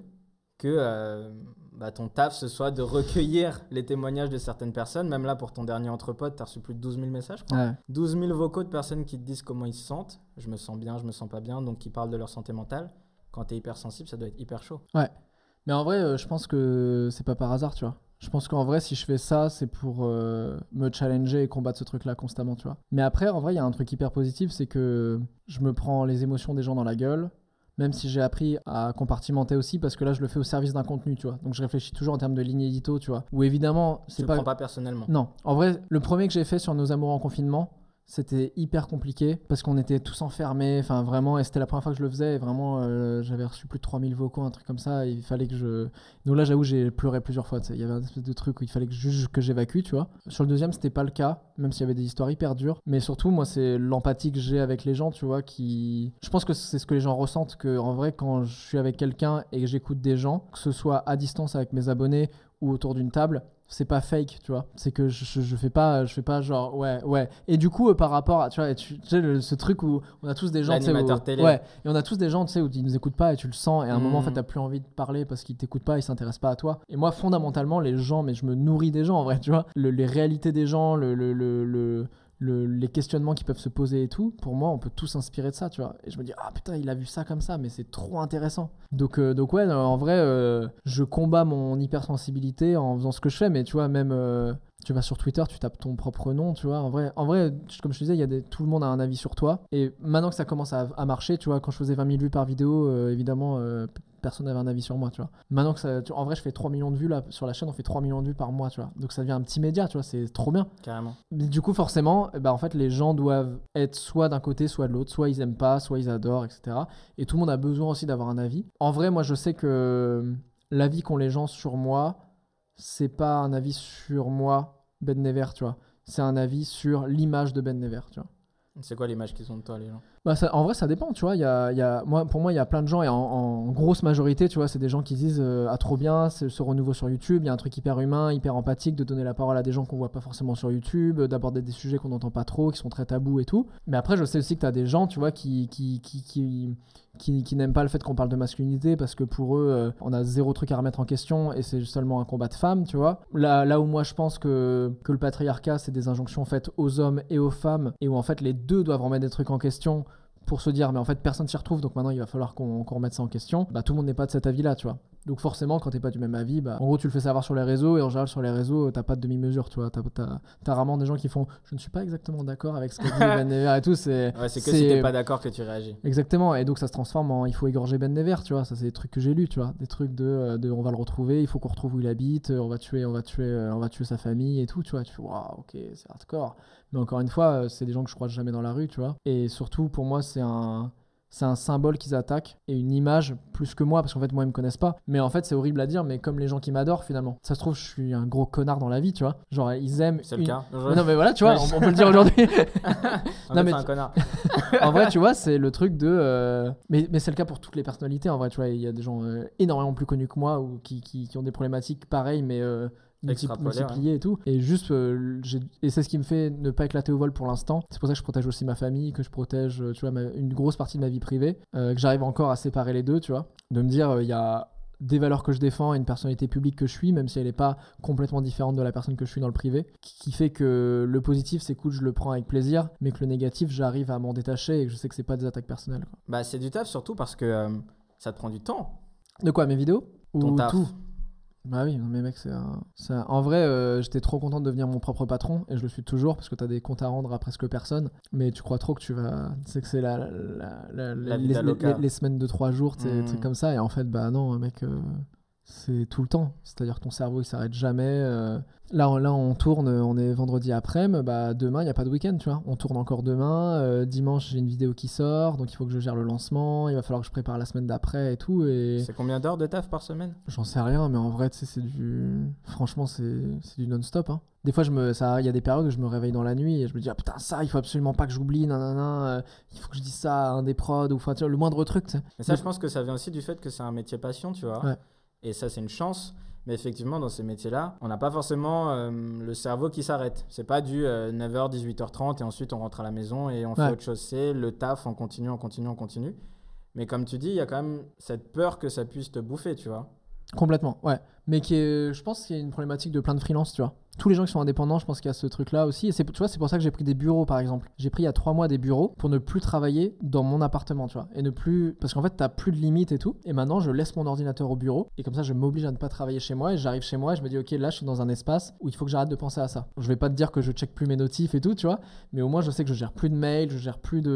que ton taf, ce soit de recueillir les témoignages de certaines personnes. Même là, pour ton dernier Entrepote, tu as reçu plus de 12 000 messages, je crois. 12 000 vocaux de personnes qui te disent comment ils se sentent. Je me sens bien, je me sens pas bien. Donc, qui parlent de leur santé mentale. Quand tu es hypersensible, ça doit être hyper chaud. Ouais. Mais en vrai, je pense que c'est pas par hasard, tu vois. Je pense qu'en vrai, si je fais ça, c'est pour me challenger et combattre ce truc-là constamment, tu vois. Mais après, en vrai, il y a un truc hyper positif, c'est que je me prends les émotions des gens dans la gueule, même si j'ai appris à compartimenter aussi, parce que là, je le fais au service d'un contenu, tu vois. Donc, je réfléchis toujours en termes de ligne édito, tu vois. Où évidemment, c'est pas... Tu le prends pas personnellement. Non. En vrai, le premier que j'ai fait sur Nos amours en confinement, c'était hyper compliqué parce qu'on était tous enfermés, enfin vraiment, et c'était la première fois que je le faisais, et vraiment, j'avais reçu plus de 3000 vocaux, un truc comme ça, et il fallait que je... Donc là, j'avoue, j'ai pleuré plusieurs fois, tu sais, il y avait un espèce de truc où il fallait que j'évacue, tu vois. Sur le deuxième, c'était pas le cas, même s'il y avait des histoires hyper dures, mais surtout, moi, c'est l'empathie que j'ai avec les gens, tu vois, qui... Je pense que c'est ce que les gens ressentent, que en vrai, quand je suis avec quelqu'un et que j'écoute des gens, que ce soit à distance avec mes abonnés ou autour d'une table, c'est pas fake, tu vois, c'est que je fais pas genre ouais, et du coup par rapport à, tu vois, tu sais ce truc où on a tous des gens, tu sais, télé. ouais, et on a tous des gens, tu sais, où ils nous écoutent pas et tu le sens, et à un moment en fait t'as plus envie de parler parce qu'ils t'écoutent pas, ils s'intéressent pas à toi. Et moi fondamentalement les gens, mais je me nourris des gens en vrai, tu vois, les réalités des gens, les questionnements qui peuvent se poser et tout, pour moi on peut tous s'inspirer de ça, tu vois, et je me dis ah putain il a vu ça comme ça, mais c'est trop intéressant. Donc ouais, en vrai je combats mon hypersensibilité en faisant ce que je fais, mais tu vois, même tu vas sur Twitter, tu tapes ton propre nom, tu vois, en vrai comme je te disais, tout le monde a un avis sur toi, et maintenant que ça commence à marcher, tu vois, quand je faisais 20 000 vues par vidéo, évidemment personne n'avait un avis sur moi, tu vois. Maintenant que ça, en vrai, je fais 3 millions de vues là sur la chaîne, on fait 3 millions de vues par mois, tu vois. Donc ça devient un petit média, tu vois, c'est trop bien. Carrément. Mais du coup, forcément, en fait, les gens doivent être soit d'un côté, soit de l'autre, soit ils aiment pas, soit ils adorent, etc. Et tout le monde a besoin aussi d'avoir un avis. En vrai, moi, je sais que l'avis qu'ont les gens sur moi, c'est pas un avis sur moi, Ben Never, tu vois. C'est un avis sur l'image de Ben Never, tu vois. C'est quoi l'image qu'ils ont de toi, les gens? En vrai, ça dépend, tu vois. Pour moi, il y a plein de gens, et en grosse majorité, tu vois, c'est des gens qui disent ah, trop bien, c'est ce renouveau sur YouTube, il y a un truc hyper humain, hyper empathique, de donner la parole à des gens qu'on voit pas forcément sur YouTube, d'aborder des sujets qu'on n'entend pas trop, qui sont très tabous et tout. Mais après, je sais aussi que tu as des gens, tu vois, qui n'aiment pas le fait qu'on parle de masculinité parce que pour eux, on a zéro truc à remettre en question et c'est seulement un combat de femmes, tu vois. Là où moi, je pense que le patriarcat, c'est des injonctions faites aux hommes et aux femmes, et où en fait, les deux doivent remettre des trucs en question pour se dire mais en fait personne s'y retrouve, donc maintenant il va falloir qu'on remette ça en question. Tout le monde n'est pas de cet avis là, tu vois. Donc forcément quand t'es pas du même avis, en gros tu le fais savoir sur les réseaux, et en général sur les réseaux t'as pas de demi-mesure, tu vois. T'as rarement des gens qui font je ne suis pas exactement d'accord avec ce que dit Ben Never et tout. C'est que si t'es pas d'accord que tu réagis. Exactement, et donc ça se transforme en il faut égorger Ben Never, tu vois. Ça c'est des trucs que j'ai lus, tu vois, des trucs de on va le retrouver, il faut qu'on retrouve où il habite, on va tuer sa famille et tout, tu vois. Tu fais waouh, ok, c'est hardcore. Mais encore une fois, c'est des gens que je croise jamais dans la rue, tu vois. Et surtout, pour moi, c'est un symbole qu'ils attaquent, et une image plus que moi, parce qu'en fait, moi, ils me connaissent pas. Mais en fait, c'est horrible à dire, mais comme les gens qui m'adorent, finalement. Ça se trouve, je suis un gros connard dans la vie, tu vois. Genre, ils aiment. C'est le cas. Non, mais voilà, tu vois, on peut le dire aujourd'hui. Non, mais c'est un connard. En vrai, tu vois, c'est le truc de. Mais c'est le cas pour toutes les personnalités, en vrai, tu vois. Il y a des gens énormément plus connus que moi, ou qui ont des problématiques pareilles, mais. Multiplié et tout, et juste et c'est ce qui me fait ne pas éclater au vol pour l'instant. C'est pour ça que je protège aussi ma famille, que je protège, tu vois, une grosse partie de ma vie privée, que j'arrive encore à séparer les deux, tu vois, de me dire il y a des valeurs que je défends et une personnalité publique que je suis, même si elle n'est pas complètement différente de la personne que je suis dans le privé, qui fait que le positif, c'est cool, je le prends avec plaisir, mais que le négatif, j'arrive à m'en détacher, et que je sais que c'est pas des attaques personnelles, quoi. C'est du taf, surtout parce que ça te prend du temps. De quoi, mes vidéos? Ton taf. Tout? Bah oui, mais mec, en vrai, j'étais trop content de devenir mon propre patron, et je le suis toujours, parce que t'as des comptes à rendre à presque personne, mais tu crois trop que tu vas... C'est que c'est les semaines de 3 jours, c'est comme ça, et en fait, bah non, mec, c'est tout le temps. C'est-à-dire que ton cerveau, il s'arrête jamais. Là, on tourne, on est vendredi après-midi, demain, il n'y a pas de week-end, tu vois. On tourne encore demain, dimanche, j'ai une vidéo qui sort, donc il faut que je gère le lancement, il va falloir que je prépare la semaine d'après et tout. Et... C'est combien d'heures de taf par semaine? J'en sais rien, mais en vrai, tu sais, franchement, c'est du non-stop, hein. Des fois, il y a des périodes où je me réveille dans la nuit et je me dis ah putain, ça, il faut absolument pas que j'oublie, il faut que je dise ça à un des prods, ou enfin, tu vois, le moindre truc, tu sais. Mais ça, je pense que ça vient aussi du fait que c'est un métier passion, tu vois. Ouais. Et ça, c'est une chance. Mais effectivement, dans ces métiers-là, on n'a pas forcément le cerveau qui s'arrête. C'est pas du 9h, 18h30 et ensuite on rentre à la maison et on fait autre chose. C'est le taf, on continue. Mais comme tu dis, il y a quand même cette peur que ça puisse te bouffer, tu vois. Complètement, ouais. Mais je pense qu'il y a une problématique de plein de freelance, tu vois. Tous les gens qui sont indépendants, je pense qu'il y a ce truc-là aussi. Et tu vois, c'est pour ça que j'ai pris des bureaux, par exemple. J'ai pris il y a 3 mois des bureaux pour ne plus travailler dans mon appartement, tu vois. Et ne plus... Parce qu'en fait, t'as plus de limites et tout. Et maintenant, je laisse mon ordinateur au bureau. Et comme ça, je m'oblige à ne pas travailler chez moi. Et j'arrive chez moi et je me dis, ok, là, je suis dans un espace où il faut que j'arrête de penser à ça. Je vais pas te dire que je check plus mes notifs et tout, tu vois. Mais au moins, je sais que je gère plus de mails, je gère plus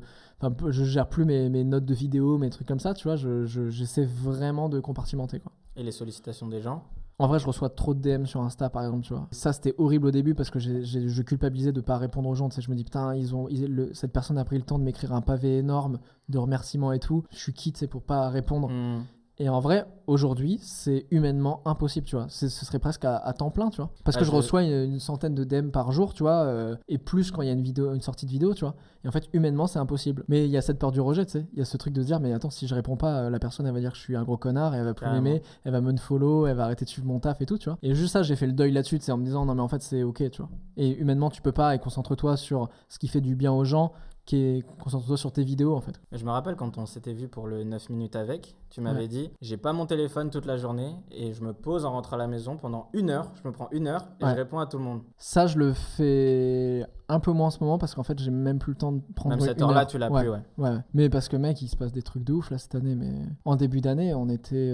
mes notes de vidéo, mes trucs comme ça, tu vois. J'essaie vraiment de compartimenter, quoi. Et les sollicitations des gens? En vrai, je reçois trop de DM sur Insta, par exemple, tu vois. Ça, c'était horrible au début parce que je culpabilisais de pas répondre aux gens. Tu sais, je me dis, putain, cette personne a pris le temps de m'écrire un pavé énorme de remerciements et tout. Je suis qui, tu sais, pour pas répondre. Et en vrai, aujourd'hui, c'est humainement impossible, tu vois. Ce serait presque à temps plein, tu vois. Parce que je reçois une centaine de DM par jour, tu vois, et plus quand il y a une sortie de vidéo, tu vois. Et en fait, humainement, c'est impossible. Mais il y a cette peur du rejet, tu sais. Il y a ce truc de se dire, mais attends, si je réponds pas, la personne, elle va dire que je suis un gros connard, et elle va plus m'aimer, elle va m'unfollow, elle va arrêter de suivre mon taf et tout, tu vois. Et juste ça, j'ai fait le deuil là-dessus, tu sais, en me disant, non, mais en fait, c'est ok, tu vois. Et humainement, tu peux pas, et concentre-toi sur ce qui fait du bien aux gens. Concentre-toi sur tes vidéos en fait. Je me rappelle quand on s'était vu pour le 9 minutes avec, tu m'avais dit j'ai pas mon téléphone toute la journée et je me pose en rentrant à la maison pendant 1 heure, je me prends 1 heure et je réponds à tout le monde. Ça je le fais un peu moins en ce moment parce qu'en fait j'ai même plus le temps de prendre même cette heure-là tu l'as plus ouais. Mais parce que mec il se passe des trucs de ouf là cette année, mais en début d'année on était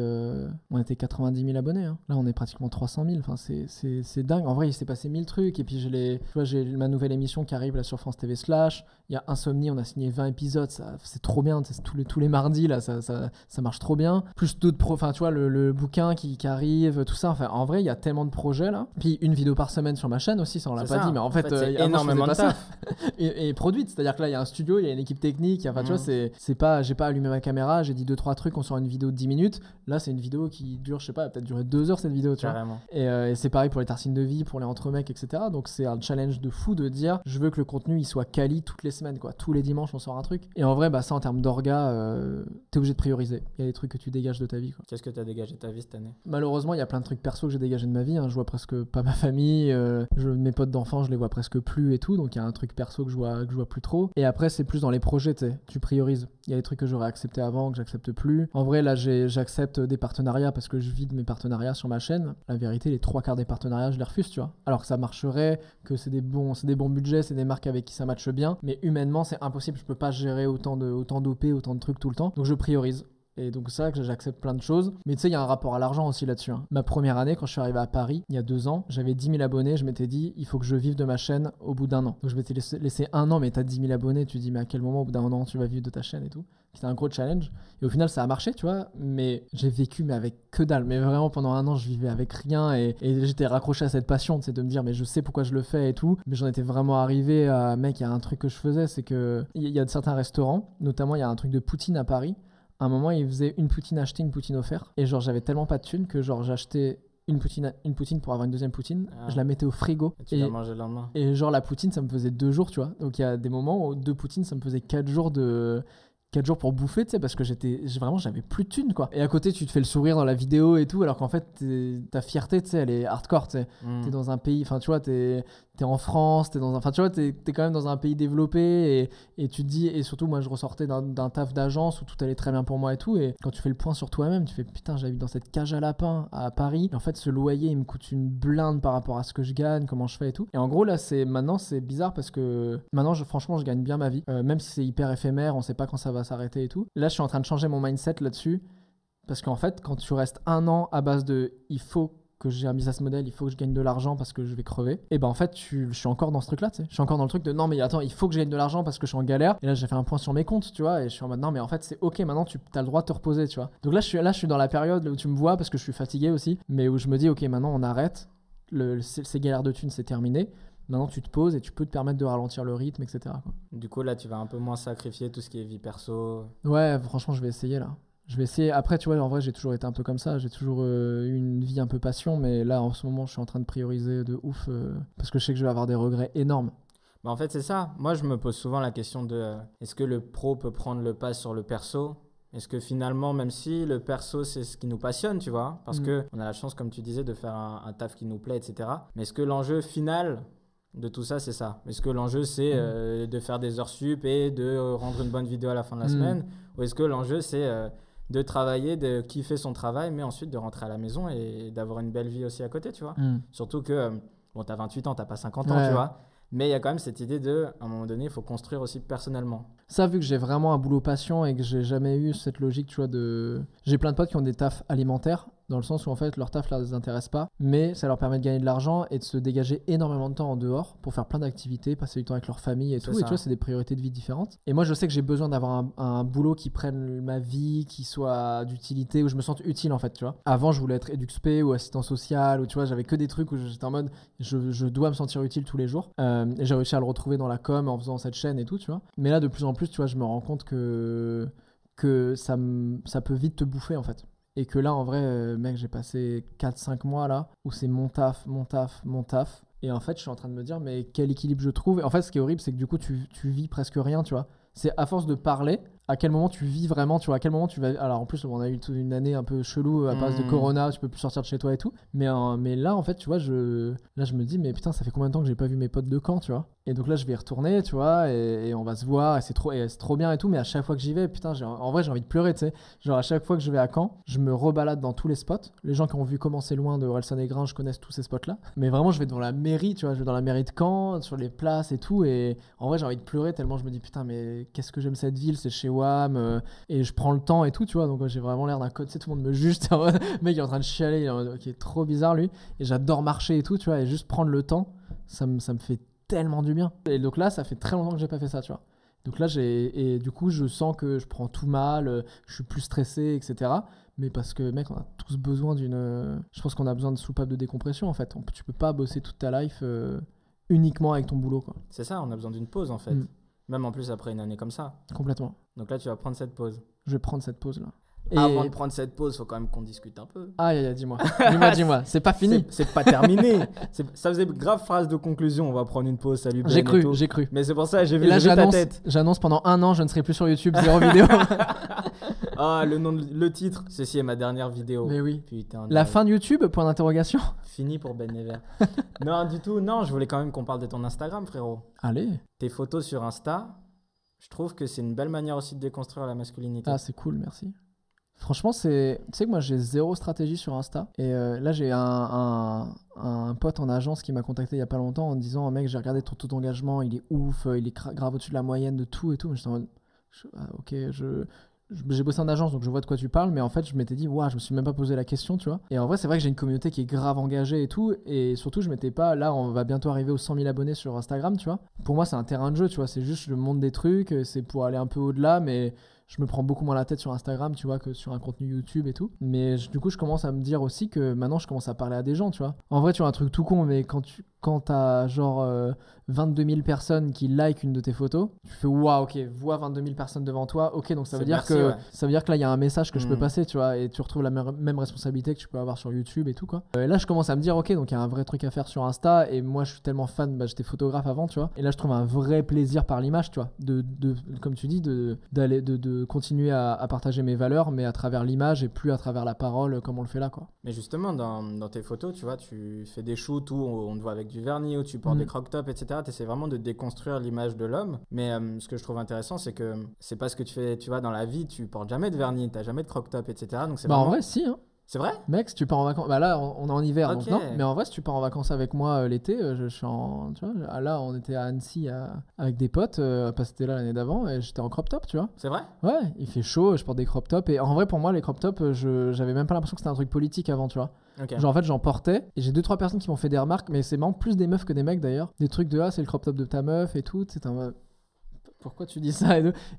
90 000 abonnés hein. Là on est pratiquement 300 000, enfin, c'est dingue. En vrai il s'est passé 1000 trucs et puis j'ai ma nouvelle émission qui arrive là sur France TV Slash, il y a Insomnie, on a signé 20 épisodes, c'est trop bien, c'est tous les mardis là, ça marche trop bien. Plus d'autres enfin tu vois le bouquin qui arrive, tout ça, enfin en vrai il y a tellement de projets là. Puis une vidéo par semaine sur ma chaîne aussi, ça on l'a pas dit, mais en fait c'est énormément de taf. et produite, c'est-à-dire que là il y a un studio, il y a une équipe technique, enfin tu vois c'est pas, j'ai pas allumé ma caméra, j'ai dit 2-3 trucs, on sort une vidéo de 10 minutes, là c'est une vidéo qui dure, je sais pas, peut-être durer 2 heures cette vidéo, tu Carrément. vois. Et c'est pareil pour les tartines de vie, pour les entremecs, etc. Donc c'est un challenge de fou de dire je veux que le contenu il soit quali toutes les semaines, quoi. Tous les dimanches on sort un truc. Et en vrai bah ça en termes d'orga t'es obligé de prioriser, il y a des trucs que tu dégages de ta vie, quoi. Qu'est-ce que t'as dégagé de ta vie cette année? Malheureusement il y a plein de trucs perso que j'ai dégagé de ma vie, hein. Je vois presque pas ma famille, mes potes d'enfants je les vois presque plus et tout, donc il y a un truc perso que je vois plus trop. Et après c'est plus dans les projets, tu priorises. Il y a des trucs que j'aurais accepté avant que j'accepte plus. En vrai là j'accepte des partenariats parce que je vis de mes partenariats sur ma chaîne. La vérité, les 3/4 des partenariats je les refuse, tu vois. Alors que ça marcherait, que c'est des bons budgets, c'est des marques avec qui ça matche bien, mais humainement c'est impossible, je peux pas gérer autant d'OP, autant de trucs tout le temps, donc je priorise. Et donc ça, que j'accepte plein de choses. Mais tu sais, il y a un rapport à l'argent aussi là-dessus, hein. Ma première année, quand je suis arrivé à Paris, il y a 2 ans, j'avais 10 000 abonnés. Je m'étais dit, il faut que je vive de ma chaîne au bout d'1 an. Donc je m'étais laissé 1 an, mais t'as 10 000 abonnés. Tu te dis, mais à quel moment, au bout d'1 an, tu vas vivre de ta chaîne et tout. C'était un gros challenge. Et au final, ça a marché, tu vois. Mais j'ai vécu, mais avec que dalle. Mais vraiment, pendant 1 an, je vivais avec rien. Et j'étais raccroché à cette passion, tu sais, de me dire, mais je sais pourquoi je le fais et tout. Mais j'en étais vraiment arrivé à, mec, il y a un truc que je faisais, c'est que il y a certains restaurants, notamment, il y a un truc de poutine à Paris. À un moment, ils faisaient une poutine achetée, une poutine offerte. Et genre, j'avais tellement pas de thunes que genre, j'achetais une poutine pour avoir une deuxième poutine. Je la mettais au frigo. Et tu la mangeais le lendemain. Et genre, la poutine, ça me faisait 2 jours, tu vois. Donc, il y a des moments où 2 poutines, ça me faisait 4 jours pour bouffer, tu sais, parce que j'avais plus de thunes, quoi. Et à côté, tu te fais le sourire dans la vidéo et tout, alors qu'en fait, ta fierté, tu sais, elle est hardcore, tu sais. T'es dans un pays, enfin, tu vois, t'es en France, t'es quand même dans un pays développé et tu te dis, et surtout, moi, je ressortais d'un taf d'agence où tout allait très bien pour moi et tout, et quand tu fais le point sur toi-même, tu fais, putain, j'habite dans cette cage à lapins à Paris, et en fait, ce loyer, il me coûte une blinde par rapport à ce que je gagne, comment je fais et tout. Et en gros, là, maintenant, c'est bizarre parce que maintenant, franchement, je gagne bien ma vie, même si c'est hyper éphémère, on sait pas quand ça va s'arrêter et tout. Là, je suis en train de changer mon mindset là-dessus parce qu'en fait, quand tu restes 1 an à base de il faut que j'ai un business model, il faut que je gagne de l'argent parce que je vais crever, et ben en fait, je suis encore dans ce truc-là, tu sais. Je suis encore dans le truc de non, mais attends, il faut que je gagne de l'argent parce que je suis en galère. Et là, j'ai fait un point sur mes comptes, tu vois, et je suis en mode non, mais en fait, c'est ok, maintenant tu as le droit de te reposer, tu vois. Donc là, je suis dans la période où tu me vois parce que je suis fatigué aussi, mais où je me dis ok, maintenant on arrête, ces galères de thunes, c'est terminé. Maintenant, tu te poses et tu peux te permettre de ralentir le rythme, etc., quoi. Du coup, là, tu vas un peu moins sacrifier tout ce qui est vie perso. Ouais, franchement, je vais essayer, là. Je vais essayer. Après, tu vois, en vrai, j'ai toujours été un peu comme ça. J'ai toujours eu une vie un peu passion, mais là, en ce moment, je suis en train de prioriser de ouf parce que je sais que je vais avoir des regrets énormes. Bah, en fait, c'est ça. Moi, je me pose souvent la question de est-ce que le pro peut prendre le pas sur le perso ? Est-ce que finalement, même si le perso, c'est ce qui nous passionne, tu vois, parce qu'on a la chance, comme tu disais, de faire un taf qui nous plaît, etc. Mais est-ce que l'enjeu final de tout ça, c'est ça? Est-ce que l'enjeu, c'est de faire des heures sup et de rendre une bonne vidéo à la fin de la semaine? Ou est-ce que l'enjeu, c'est de travailler, de kiffer son travail, mais ensuite de rentrer à la maison et d'avoir une belle vie aussi à côté, tu vois? Surtout que, bon, t'as 28 ans, t'as pas 50 ans, tu vois? Mais il y a quand même cette idée de, à un moment donné, il faut construire aussi personnellement. Ça, vu que j'ai vraiment un boulot passion et que j'ai jamais eu cette logique, tu vois, de... J'ai plein de potes qui ont des tafs alimentaires dans le sens où en fait leur taf ne les intéresse pas, mais ça leur permet de gagner de l'argent et de se dégager énormément de temps en dehors pour faire plein d'activités, passer du temps avec leur famille et tout. Et tu vois, c'est des priorités de vie différentes. Et moi, je sais que j'ai besoin d'avoir un boulot qui prenne ma vie, qui soit d'utilité, où je me sente utile en fait, tu vois. Avant, je voulais être EduxP ou assistant social, ou tu vois, j'avais que des trucs où j'étais en mode je dois me sentir utile tous les jours. Et j'ai réussi à le retrouver dans la com en faisant cette chaîne et tout, tu vois. Mais là, de plus en plus, tu vois, je me rends compte que ça peut vite te bouffer en fait. Et que là, en vrai, mec, j'ai passé 4-5 mois là où c'est mon taf. Et en fait, je suis en train de me dire, mais quel équilibre je trouve. Et en fait, ce qui est horrible, c'est que du coup, tu vis presque rien, tu vois. C'est à force de parler, à quel moment tu vis vraiment, tu vois, à quel moment tu vas... Alors en plus, on a eu une année un peu chelou à base de Corona, tu peux plus sortir de chez toi et tout. Mais là, en fait, tu vois, je me dis, mais putain, ça fait combien de temps que j'ai pas vu mes potes de Caen, tu vois. Et donc là, je vais y retourner, tu vois, et on va se voir, et c'est trop bien et tout. Mais à chaque fois que j'y vais, putain, en vrai, j'ai envie de pleurer, tu sais. Genre, à chaque fois que je vais à Caen, je me rebalade dans tous les spots. Les gens qui ont vu comment c'est loin de Orelsan et Gringe connaissent tous ces spots-là. Mais vraiment, je vais dans la mairie, tu vois, je vais dans la mairie de Caen, sur les places et tout. Et en vrai, j'ai envie de pleurer tellement je me dis, putain, mais qu'est-ce que j'aime cette ville, c'est chez WAM. Et je prends le temps et tout, tu vois. Donc, j'ai vraiment l'air d'un code, tu sais, tout le monde me juge. Le mec, il est en train de chialer, il est en mode, ok, trop bizarre lui. Et j'adore marcher et tout, tu vois. Et juste prendre le temps, ça me fait tellement du bien. Et donc là, ça fait très longtemps que j'ai pas fait ça, tu vois. Donc là, et du coup, je sens que je prends tout mal, je suis plus stressé, etc. Mais parce que, mec, on a tous besoin je pense qu'on a besoin de soupapes de décompression, en fait. Tu peux pas bosser toute ta life uniquement avec ton boulot, quoi. C'est ça, on a besoin d'une pause, en fait. Même en plus après une année comme ça. Complètement. Donc là, tu vas prendre cette pause. Je vais prendre cette pause, là. Et avant de prendre cette pause, faut quand même qu'on discute un peu. Dis-moi. Dis-moi. C'est pas fini. C'est pas terminé. Ça faisait grave phrase de conclusion. On va prendre une pause. Salut Ben. J'ai cru. Mais c'est pour ça, j'ai vu ta tête. J'annonce pendant 1 an, je ne serai plus sur YouTube, 0 vidéo. Le titre. Ceci est ma dernière vidéo. Mais oui. Putain. La fin de YouTube, point d'interrogation. Fini pour Ben Never. Non, du tout. Non, je voulais quand même qu'on parle de ton Instagram, frérot. Allez. Tes photos sur Insta, je trouve que c'est une belle manière aussi de déconstruire la masculinité. Ah, c'est cool, merci. Franchement, tu sais que moi j'ai 0 stratégie sur Insta. Et là, j'ai un pote en agence qui m'a contacté il y a pas longtemps en disant, mec, j'ai regardé ton taux d'engagement, il est ouf, il est grave au-dessus de la moyenne de tout et tout. Mais j'étais en mode, ok, j'ai bossé en agence donc je vois de quoi tu parles, mais en fait je m'étais dit je me suis même pas posé la question, tu vois. Et en vrai c'est vrai que j'ai une communauté qui est grave engagée et tout, et surtout je m'étais pas, là on va bientôt arriver aux 100 000 abonnés sur Instagram, tu vois. Pour moi c'est un terrain de jeu, tu vois, c'est juste je montre des trucs, c'est pour aller un peu au-delà, mais je me prends beaucoup moins la tête sur Instagram, tu vois, que sur un contenu YouTube et tout. Mais du coup je commence à me dire aussi que maintenant je commence à parler à des gens, tu vois. En vrai tu vois un truc tout con, mais quand t'as genre 22 000 personnes qui like une de tes photos, tu fais waouh, ok, vois 22 000 personnes devant toi, ok, donc ça veut dire que là il y a un message que je peux passer, tu vois, et tu retrouves la même responsabilité que tu peux avoir sur YouTube et tout, quoi. Et là je commence à me dire ok, donc il y a un vrai truc à faire sur Insta, et moi je suis tellement fan, j'étais photographe avant, tu vois, et là je trouve un vrai plaisir par l'image, tu vois, de comme tu dis, de continuer à partager mes valeurs, mais à travers l'image et plus à travers la parole comme on le fait là, quoi. Mais justement dans tes photos, tu vois, tu fais des shoots où on te voit avec du vernis, où tu portes des crop-tops, etc. Tu essaies vraiment de déconstruire l'image de l'homme. Mais ce que je trouve intéressant, c'est que c'est pas ce que tu fais, tu vois, dans la vie, tu portes jamais de vernis, t'as jamais de crop-top, etc. Donc c'est En vrai, si, hein. C'est vrai ? Mec, si tu pars en vacances... là, on est en hiver, donc non. Mais en vrai, si tu pars en vacances avec moi l'été, je suis en... Tu vois, là, on était à Annecy avec des potes, parce que c'était là l'année d'avant, et j'étais en crop top, tu vois. C'est vrai ? Ouais, il fait chaud, je porte des crop tops. Et en vrai, pour moi, les crop tops, j'avais même pas l'impression que c'était un truc politique avant, tu vois. Okay. Genre, en fait, j'en portais, et j'ai 2-3 personnes qui m'ont fait des remarques, mais c'est vraiment plus des meufs que des mecs d'ailleurs. Des trucs de c'est le crop top de ta meuf et tout, c'est un... Pourquoi tu dis ça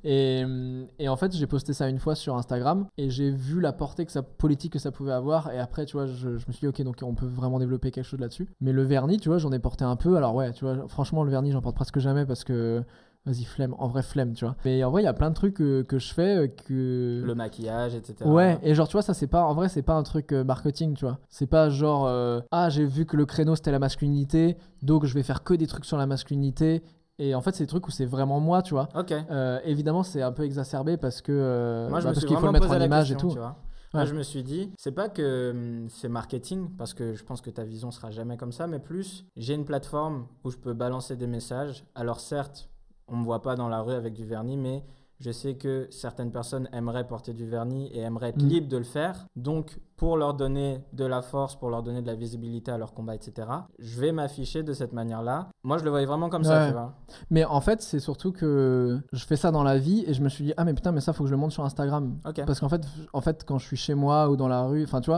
et en fait j'ai posté ça une fois sur Instagram et j'ai vu la portée politique que ça pouvait avoir, et après tu vois je me suis dit ok, donc on peut vraiment développer quelque chose là-dessus. Mais le vernis, tu vois, j'en ai porté un peu. Alors ouais, tu vois, franchement le vernis j'en porte presque jamais parce que vas-y, flemme, en vrai flemme, tu vois. Mais en vrai il y a plein de trucs que je fais que... Le maquillage, etc. Ouais, et genre tu vois, ça c'est pas, en vrai c'est pas un truc marketing, tu vois. C'est pas genre j'ai vu que le créneau c'était la masculinité, donc je vais faire que des trucs sur la masculinité. Et en fait, c'est des trucs où c'est vraiment moi, tu vois. Ok. Évidemment, c'est un peu exacerbé parce que moi, parce qu'il faut le mettre en image question, et tout. Tu vois. Moi, je me suis dit, c'est pas que c'est marketing, parce que je pense que ta vision sera jamais comme ça, mais plus, j'ai une plateforme où je peux balancer des messages. Alors certes, on me voit pas dans la rue avec du vernis, mais je sais que certaines personnes aimeraient porter du vernis et aimeraient être libres de le faire. Donc, pour leur donner de la force, pour leur donner de la visibilité à leur combat, etc., je vais m'afficher de cette manière-là. Moi, je le voyais vraiment comme ça, tu vois. Mais en fait, c'est surtout que je fais ça dans la vie et je me suis dit, mais putain, mais ça, faut que je le monte sur Instagram. Okay. Parce qu'en fait, quand je suis chez moi ou dans la rue, enfin, tu vois,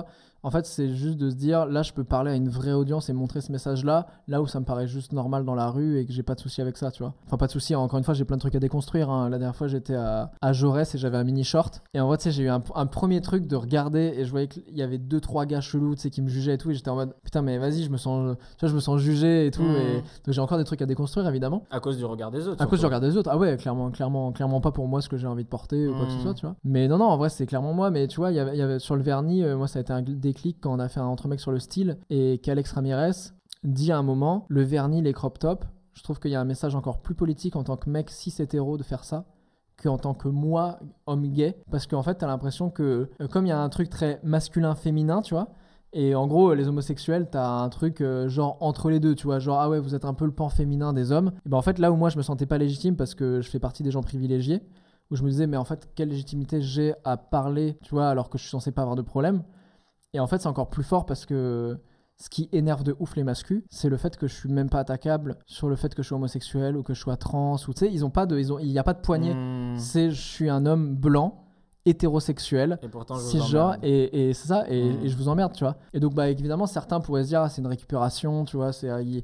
En fait, c'est juste de se dire, là, je peux parler à une vraie audience et montrer ce message-là, là où ça me paraît juste normal dans la rue et que j'ai pas de souci avec ça, tu vois. Enfin, pas de souci, encore une fois, j'ai plein de trucs à déconstruire. Hein. La dernière fois, j'étais à Jaurès et j'avais un mini short. Et en vrai, tu sais, j'ai eu un premier truc de regarder et je voyais qu'il y avait 2-3 gars chelous, tu sais, qui me jugeaient et tout. Et j'étais en mode, putain, mais vas-y, je me sens jugé et tout. Et donc, j'ai encore des trucs à déconstruire, évidemment. À cause du regard des autres. À cause du regard des autres. Ah ouais, clairement pas pour moi ce que j'ai envie de porter ou quoi que ce soit, tu vois. Mais non, en vrai, c'est clairement moi. Mais tu vois, il y avait sur le vernis, moi, ça a été un déclic quand on a fait un entre-mec sur le style et qu'Alex Ramirez dit à un moment, le vernis, les crop tops, je trouve qu'il y a un message encore plus politique en tant que mec cis hétéro de faire ça qu'en tant que moi, homme gay. Parce qu'en fait, t'as l'impression que, comme il y a un truc très masculin-féminin, tu vois, et en gros, les homosexuels, t'as un truc genre entre les deux, tu vois, genre ah ouais, vous êtes un peu le pan féminin des hommes. Et ben en fait, là où moi je me sentais pas légitime parce que je fais partie des gens privilégiés, où je me disais, mais en fait, quelle légitimité j'ai à parler, tu vois, alors que je suis censé pas avoir de problème. Et en fait, c'est encore plus fort parce que ce qui énerve de ouf les mascus, c'est le fait que je suis même pas attaquable sur le fait que je suis homosexuel ou que je sois trans, ou tu sais, il y a pas de poignée. Je suis un homme blanc, hétérosexuel, et pourtant cisgenre, et c'est ça, et je vous emmerde, tu vois. Et donc, bah, évidemment, certains pourraient se dire, ah, c'est une récupération, tu vois, il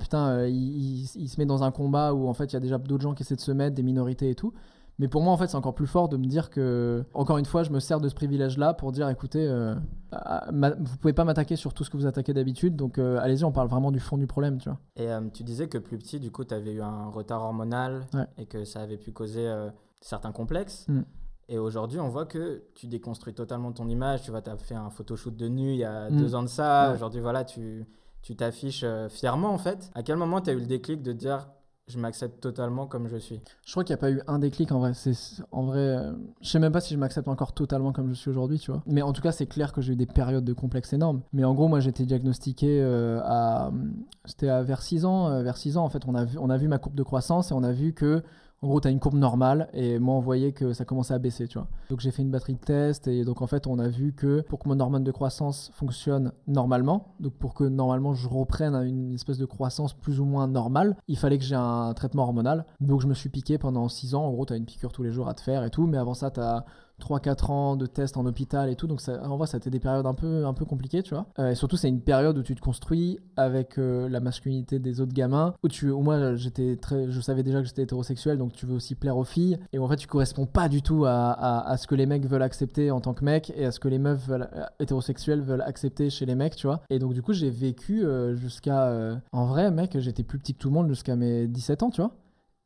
se met dans un combat où en fait, il y a déjà d'autres gens qui essaient de se mettre, des minorités et tout. Mais pour moi, en fait, c'est encore plus fort de me dire que, encore une fois, je me sers de ce privilège-là pour dire, écoutez, vous pouvez pas m'attaquer sur tout ce que vous attaquez d'habitude, donc allez-y, on parle vraiment du fond du problème, tu vois. Et tu disais que plus petit, du coup, tu avais eu un retard hormonal et que ça avait pu causer certains complexes. Et aujourd'hui, on voit que tu déconstruis totalement ton image. Tu vois, tu as fait un photoshoot de nu il y a 2 ans de ça. Aujourd'hui, voilà, tu t'affiches fièrement, en fait. À quel moment tu as eu le déclic de dire je m'accepte totalement comme je suis? Je crois qu'il n'y a pas eu un déclic en vrai. Je sais même pas si je m'accepte encore totalement comme je suis aujourd'hui, tu vois. Mais en tout cas, c'est clair que j'ai eu des périodes de complexes énormes. Mais en gros, moi, j'ai été diagnostiqué c'était vers 6 ans. Vers 6 ans, en fait, on a vu ma courbe de croissance et on a vu que, en gros, tu as une courbe normale et moi, on voyait que ça commençait à baisser, tu vois. Donc, j'ai fait une batterie de tests et donc, en fait, on a vu que pour que mon hormone de croissance fonctionne normalement, donc pour que normalement je reprenne une espèce de croissance plus ou moins normale, il fallait que j'ai un traitement hormonal. Donc, je me suis piqué pendant 6 ans. En gros, tu as une piqûre tous les jours à te faire et tout, mais avant ça, tu as 3-4 ans de tests en hôpital et tout, donc en vrai ça a été des périodes un peu compliquées, tu vois. Et surtout c'est une période où tu te construis avec la masculinité des autres gamins, où moi je savais déjà que j'étais hétérosexuel, donc tu veux aussi plaire aux filles, et où en fait tu corresponds pas du tout à ce que les mecs veulent accepter en tant que mec, et à ce que les meufs hétérosexuelles veulent accepter chez les mecs, tu vois. Et donc du coup j'ai vécu jusqu'à... en vrai mec, j'étais plus petit que tout le monde jusqu'à mes 17 ans, tu vois.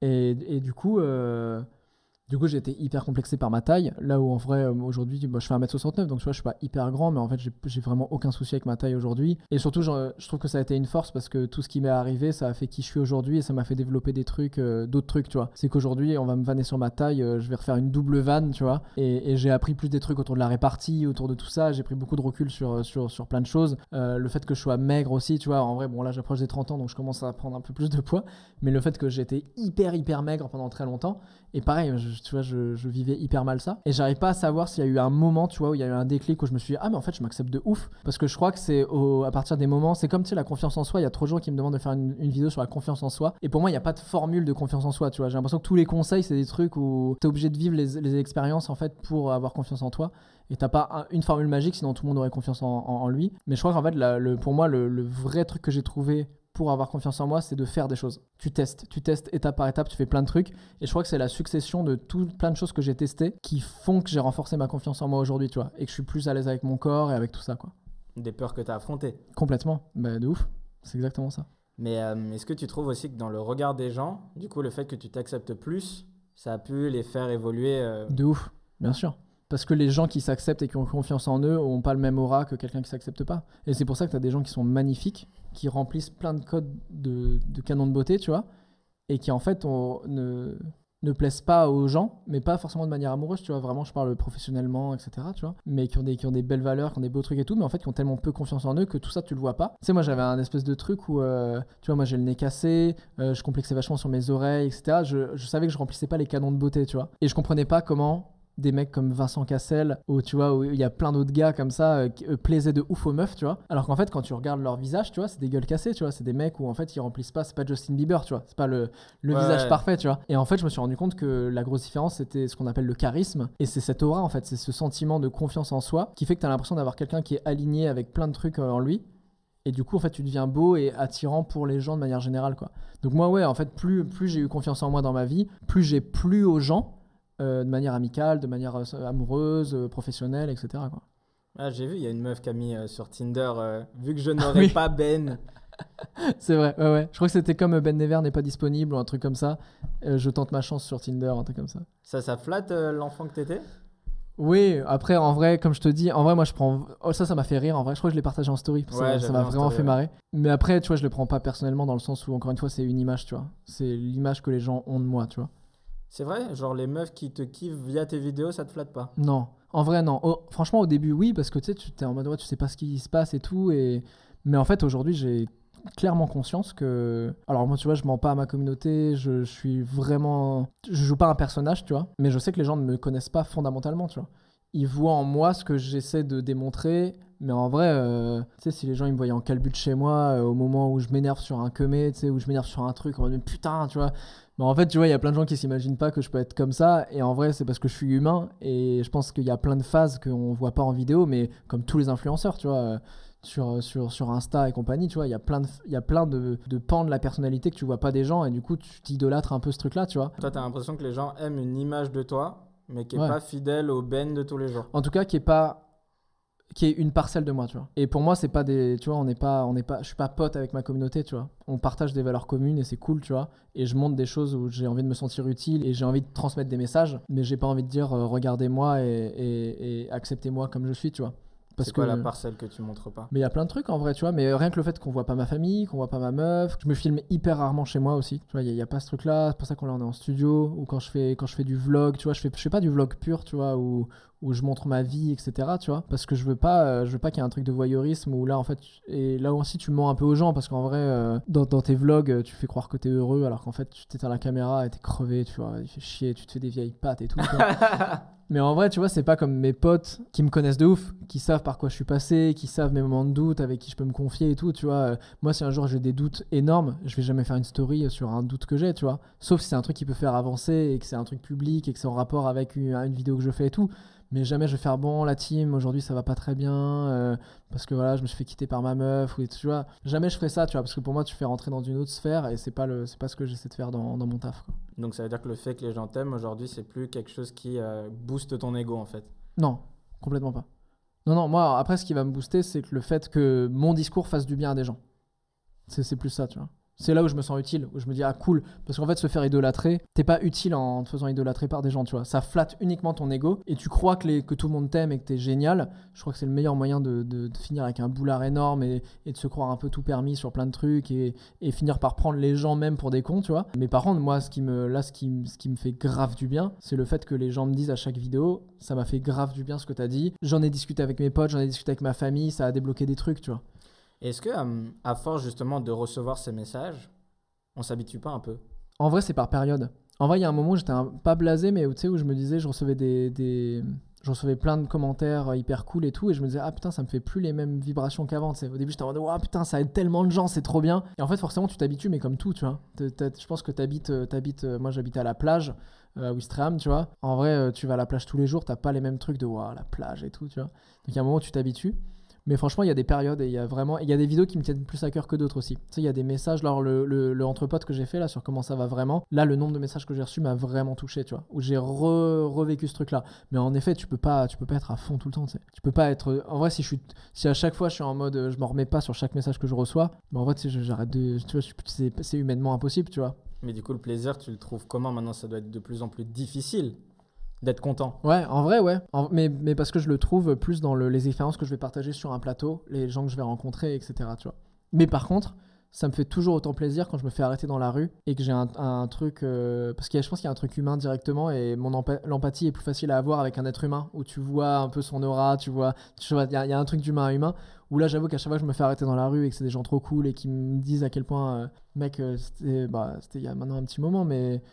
Et du coup... Du coup, j'ai été hyper complexé par ma taille. Là où en vrai, aujourd'hui, je fais 1m69, donc tu vois, je suis pas hyper grand, mais en fait, j'ai vraiment aucun souci avec ma taille aujourd'hui. Et surtout, je trouve que ça a été une force parce que tout ce qui m'est arrivé, ça a fait qui je suis aujourd'hui et ça m'a fait développer des trucs, d'autres trucs, tu vois. C'est qu'aujourd'hui, on va me vanner sur ma taille, je vais refaire une double vanne, tu vois. Et j'ai appris plus des trucs autour de la répartie, autour de tout ça. J'ai pris beaucoup de recul sur plein de choses. Le fait que je sois maigre aussi, tu vois. En vrai, bon, là, j'approche des 30 ans, donc je commence à prendre un peu plus de poids. Mais le fait que j'étais hyper maigre pendant très longtemps. Et pareil, tu vois, je vivais hyper mal ça. Et j'arrive pas à savoir s'il y a eu un moment, tu vois, où il y a eu un déclic où je me suis dit, ah, mais en fait, je m'accepte de ouf. Parce que je crois que c'est à partir des moments, c'est comme, tu sais, la confiance en soi. Il y a trop de gens qui me demandent de faire une vidéo sur la confiance en soi. Et pour moi, il n'y a pas de formule de confiance en soi, tu vois. J'ai l'impression que tous les conseils, c'est des trucs où t'es obligé de vivre les expériences, en fait, pour avoir confiance en toi. Et t'as pas une formule magique, sinon tout le monde aurait confiance en lui. Mais je crois qu'en fait, pour moi, le vrai truc que j'ai trouvé pour avoir confiance en moi, c'est de faire des choses. Tu testes étape par étape, tu fais plein de trucs. Et je crois que c'est la succession de plein de choses que j'ai testées qui font que j'ai renforcé ma confiance en moi aujourd'hui, tu vois. Et que je suis plus à l'aise avec mon corps et avec tout ça, quoi. Des peurs que tu as affrontées. Complètement. Bah, de ouf. C'est exactement ça. Mais est-ce que tu trouves aussi que dans le regard des gens, du coup, le fait que tu t'acceptes plus, ça a pu les faire évoluer De ouf, bien sûr. Parce que les gens qui s'acceptent et qui ont confiance en eux n'ont pas le même aura que quelqu'un qui ne s'accepte pas. Et c'est pour ça que tu as des gens qui sont magnifiques, qui remplissent plein de codes de canons de beauté, tu vois, et qui en fait ne plaisent pas aux gens, mais pas forcément de manière amoureuse, tu vois. Vraiment, je parle professionnellement, etc., tu vois. Mais qui ont des belles valeurs, qui ont des beaux trucs et tout, mais en fait qui ont tellement peu confiance en eux que tout ça, tu le vois pas. Tu sais, moi j'avais un espèce de truc où, tu vois, moi j'ai le nez cassé, je complexais vachement sur mes oreilles, etc. Je savais que je remplissais pas les canons de beauté, tu vois. Et je comprenais pas comment des mecs comme Vincent Cassel, où tu vois, où il y a plein d'autres gars comme ça qui plaisaient de ouf aux meufs, tu vois. Alors qu'en fait, quand tu regardes leur visage, tu vois, c'est des gueules cassées, tu vois. C'est des mecs où en fait, ils remplissent pas, c'est pas Justin Bieber, tu vois. C'est pas le visage parfait, tu vois. Et en fait, je me suis rendu compte que la grosse différence, c'était ce qu'on appelle le charisme. Et c'est cette aura, en fait. C'est ce sentiment de confiance en soi qui fait que t'as l'impression d'avoir quelqu'un qui est aligné avec plein de trucs en lui. Et du coup, en fait, tu deviens beau et attirant pour les gens de manière générale, quoi. Donc moi, ouais, en fait, plus j'ai eu confiance en moi dans ma vie, plus j'ai plu aux gens de manière amicale, de manière amoureuse, professionnelle, etc., quoi. Ah, j'ai vu, il y a une meuf qui a mis sur Tinder, vu que je n'aurais pas Ben. C'est vrai, ouais. Je crois que c'était comme Ben Never n'est pas disponible ou un truc comme ça. Je tente ma chance sur Tinder, un truc comme ça. Ça flatte l'enfant que t'étais? Oui, après, en vrai, comme je te dis, en vrai, moi, je prends... Oh, ça m'a fait rire, en vrai. Je crois que je l'ai partagé en story. Ça m'a vraiment fait marrer. Mais après, tu vois, je le prends pas personnellement dans le sens où, encore une fois, c'est une image, tu vois. C'est l'image que les gens ont de moi, tu vois. C'est vrai? Genre, les meufs qui te kiffent via tes vidéos, ça te flatte pas? Non. En vrai, non. Franchement, au début, oui, parce que tu sais, tu t'es en mode, ouais, tu sais pas ce qui se passe et tout. Mais en fait, aujourd'hui, j'ai clairement conscience que... Alors moi, tu vois, je mens pas à ma communauté, je suis vraiment... Je joue pas un personnage, tu vois, mais je sais que les gens ne me connaissent pas fondamentalement, tu vois. Ils voient en moi ce que j'essaie de démontrer, mais en vrai, tu sais, si les gens ils me voyaient en calbut chez moi, au moment où je m'énerve sur un kemé, tu sais, où je m'énerve sur un truc, en mode putain, tu vois. Mais en fait, tu vois, il y a plein de gens qui s'imaginent pas que je peux être comme ça, et en vrai, c'est parce que je suis humain, et je pense qu'il y a plein de phases qu'on voit pas en vidéo, mais comme tous les influenceurs, tu vois, sur Insta et compagnie, tu vois, il y a plein de pans de la personnalité que tu vois pas des gens, et du coup, tu t'idolâtres un peu ce truc-là, tu vois. Toi, t'as l'impression que les gens aiment une image de toi, mais qui est pas fidèle au Ben de tous les jours. En tout cas, qui est une parcelle de moi, tu vois. Et pour moi, c'est pas des, tu vois, je suis pas pote avec ma communauté, tu vois. On partage des valeurs communes et c'est cool, tu vois. Et je montre des choses où j'ai envie de me sentir utile et j'ai envie de transmettre des messages, mais j'ai pas envie de dire regardez-moi et acceptez-moi comme je suis, tu vois. C'est quoi la parcelle que tu montres pas? Mais il y a plein de trucs en vrai, tu vois. Mais rien que le fait qu'on voit pas ma famille, qu'on voit pas ma meuf, je me filme hyper rarement chez moi aussi. Tu vois, il y a pas ce truc-là. C'est pour ça qu'on est en studio ou quand je fais du vlog, tu vois, je fais pas du vlog pur, tu vois, où je montre ma vie, etc. Tu vois, parce que je veux pas qu'il y ait un truc de voyeurisme où là en fait, et là aussi tu mens un peu aux gens parce qu'en vrai, dans tes vlogs, tu fais croire que t'es heureux alors qu'en fait tu t'éteins la caméra et t'es crevé, tu vois, il fait chier, tu te fais des vieilles pattes et tout. Mais en vrai, tu vois, c'est pas comme mes potes qui me connaissent de ouf, qui savent par quoi je suis passé, qui savent mes moments de doute, avec qui je peux me confier et tout, tu vois. Moi, si un jour j'ai des doutes énormes, je vais jamais faire une story sur un doute que j'ai, tu vois. Sauf si c'est un truc qui peut faire avancer et que c'est un truc public et que c'est en rapport avec une vidéo que je fais et tout. Mais jamais je vais faire bon, la team, aujourd'hui ça va pas très bien, parce que voilà, je me suis fait quitter par ma meuf, ou tu vois. Jamais je ferai ça, tu vois, parce que pour moi, tu fais rentrer dans une autre sphère et c'est pas ce que j'essaie de faire dans mon taf, quoi. Donc ça veut dire que le fait que les gens t'aiment aujourd'hui, c'est plus quelque chose qui booste ton ego en fait? Non, complètement pas. Non, moi, après, ce qui va me booster, c'est que le fait que mon discours fasse du bien à des gens. C'est plus ça, tu vois. C'est là où je me sens utile, où je me dis, ah cool, parce qu'en fait, se faire idolâtrer, t'es pas utile en te faisant idolâtrer par des gens, tu vois. Ça flatte uniquement ton ego, et tu crois que tout le monde t'aime et que t'es génial. Je crois que c'est le meilleur moyen de finir avec un boulard énorme et de se croire un peu tout permis sur plein de trucs et finir par prendre les gens même pour des cons, tu vois. Mais par contre, moi, ce qui me fait grave du bien, c'est le fait que les gens me disent à chaque vidéo, ça m'a fait grave du bien ce que t'as dit. J'en ai discuté avec mes potes, j'en ai discuté avec ma famille, ça a débloqué des trucs, tu vois. Est-ce que, à force justement de recevoir ces messages, on s'habitue pas un peu? En vrai, c'est par période. En vrai, il y a un moment où j'étais pas blasé, mais tu sais, où je me disais, je recevais je recevais plein de commentaires hyper cool et tout, et je me disais, ah putain, ça me fait plus les mêmes vibrations qu'avant. Au début, j'étais en mode, oh putain, ça aide tellement de gens, c'est trop bien. Et en fait, forcément, tu t'habitues, mais comme tout, tu vois. Je pense que moi, j'habitais à la plage, à Ouistreham, tu vois. En vrai, tu vas à la plage tous les jours, t'as pas les mêmes trucs de, waouh, la plage et tout, tu vois. Donc, il y a un moment où tu t'habitues. Mais franchement, il y a des périodes et il y a des vidéos qui me tiennent plus à cœur que d'autres aussi. Tu sais, il y a des messages, alors le entre potes que j'ai fait là sur comment ça va vraiment, là, le nombre de messages que j'ai reçus m'a vraiment touché, tu vois, où j'ai revécu ce truc-là. Mais en effet, tu peux pas être à fond tout le temps, tu sais. Tu peux pas être... En vrai, si à chaque fois je suis en mode, je m'en remets pas sur chaque message que je reçois, mais en vrai, tu sais, j'arrête de... Tu vois, c'est humainement impossible, tu vois. Mais du coup, le plaisir, tu le trouves comment maintenant? Ça doit être de plus en plus difficile d'être content. Ouais, en vrai, ouais. Mais parce que je le trouve plus dans les expériences que je vais partager sur un plateau, les gens que je vais rencontrer, etc. Tu vois. Mais par contre, ça me fait toujours autant plaisir quand je me fais arrêter dans la rue et que j'ai un truc... parce que je pense qu'il y a un truc humain directement et l'empathie est plus facile à avoir avec un être humain où tu vois un peu son aura, tu vois, il y a un truc d'humain à humain où là, j'avoue qu'à chaque fois que je me fais arrêter dans la rue et que c'est des gens trop cool et qui me disent à quel point, mec, c'était il y a maintenant un petit moment, mais...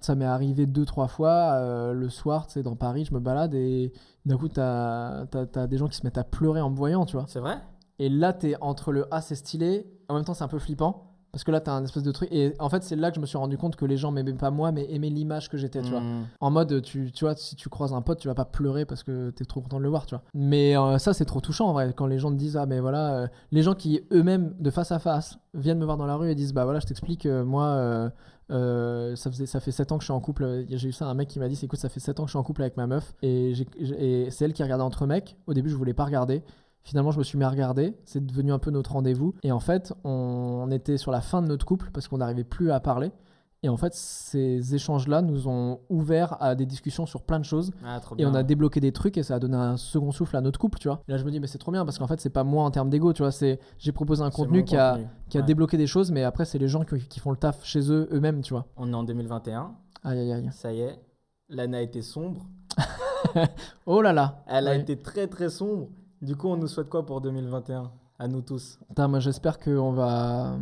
ça m'est arrivé 2-3 fois le soir, tu sais, dans Paris, je me balade et d'un coup, t'as des gens qui se mettent à pleurer en me voyant, tu vois. C'est vrai? Et là, t'es entre le « Ah, c'est stylé », en même temps, c'est un peu flippant. Parce que là, t'as un espèce de truc. Et en fait, c'est là que je me suis rendu compte que les gens m'aimaient pas moi, mais aimaient l'image que j'étais, tu vois. En mode, tu vois, si tu croises un pote, tu vas pas pleurer parce que t'es trop content de le voir, tu vois. Mais ça, c'est trop touchant, en vrai, quand les gens te disent, ah, mais voilà, les gens qui eux-mêmes, de face à face, viennent me voir dans la rue et disent, bah voilà, je t'explique, moi, ça fait 7 ans que je suis en couple. J'ai eu ça, un mec qui m'a dit, écoute, ça fait 7 ans que je suis en couple avec ma meuf. Et c'est elle qui regardait entre mecs. Au début, je voulais pas regarder. Finalement, je me suis mis à regarder. C'est devenu un peu notre rendez-vous. Et en fait, on était sur la fin de notre couple parce qu'on n'arrivait plus à parler. Et en fait, ces échanges-là nous ont ouvert à des discussions sur plein de choses. Trop et bien. on a débloqué des trucs et ça a donné un second souffle à notre couple, tu vois. Et là, je me dis, mais c'est trop bien parce qu'en fait, c'est pas moi en termes d'ego, tu vois. J'ai proposé un contenu qui a débloqué des choses, mais après, c'est les gens qui font le taf chez eux-mêmes, tu vois. On est en 2021. Aïe, aïe, aïe. Ça y est. L'année a été sombre. Oh là là. Elle a été très, très sombre. Du coup, on nous souhaite quoi pour 2021 à nous tous? Putain, moi, j'espère qu'on va...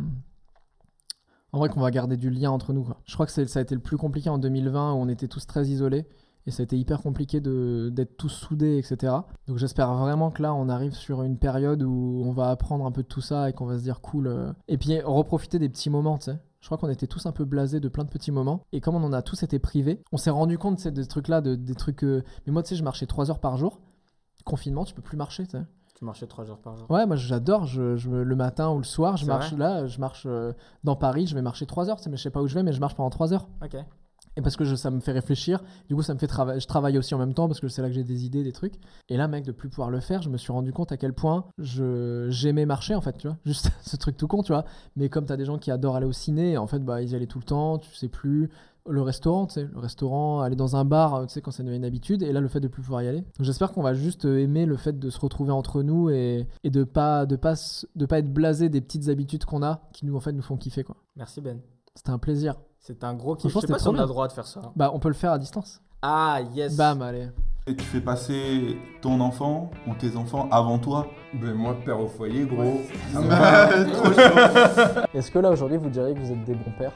En vrai, qu'on va garder du lien entre nous, quoi. Je crois que ça a été le plus compliqué en 2020 où on était tous très isolés. Et ça a été hyper compliqué d'être tous soudés, etc. Donc j'espère vraiment que là, on arrive sur une période où on va apprendre un peu de tout ça et qu'on va se dire cool. Et puis reprofiter des petits moments, tu sais. Je crois qu'on était tous un peu blasés de plein de petits moments. Et comme on en a tous été privés, on s'est rendu compte, tu sais, de ces trucs-là, des trucs... Mais moi, tu sais, je marchais 3 heures par jour. Confinement, tu peux plus marcher, tu sais. Tu marchais 3 jours par jour? Ouais, moi j'adore. Le matin ou le soir, je marche dans Paris, je vais marcher 3 heures, tu sais, mais je sais pas où je vais, mais je marche pendant 3 heures. Ok. Et parce que ça me fait réfléchir, du coup ça me fait je travaille aussi en même temps parce que c'est là que j'ai des idées, des trucs. Et là, mec, de plus pouvoir le faire, je me suis rendu compte à quel point j'aimais marcher, en fait, tu vois. Juste ce truc tout con, tu vois. Mais comme t'as des gens qui adorent aller au ciné, en fait, bah ils y allaient tout le temps, tu sais plus. Le restaurant, tu sais, aller dans un bar, tu sais, quand ça devient une habitude, et là, le fait de plus pouvoir y aller. Donc j'espère qu'on va juste aimer le fait de se retrouver entre nous et de pas être blasé des petites habitudes qu'on a qui nous, en fait, nous font kiffer, quoi. Merci Ben. C'était un plaisir. C'était un gros kiff. Je sais pas si on a le droit de faire ça. Bah, on peut le faire à distance. Ah, yes. Bam, allez. Et tu fais passer ton enfant ou tes enfants avant toi? Ben moi, père au foyer, gros. Ouais, trop chaud. Est-ce que là, aujourd'hui, vous diriez que vous êtes des bons pères?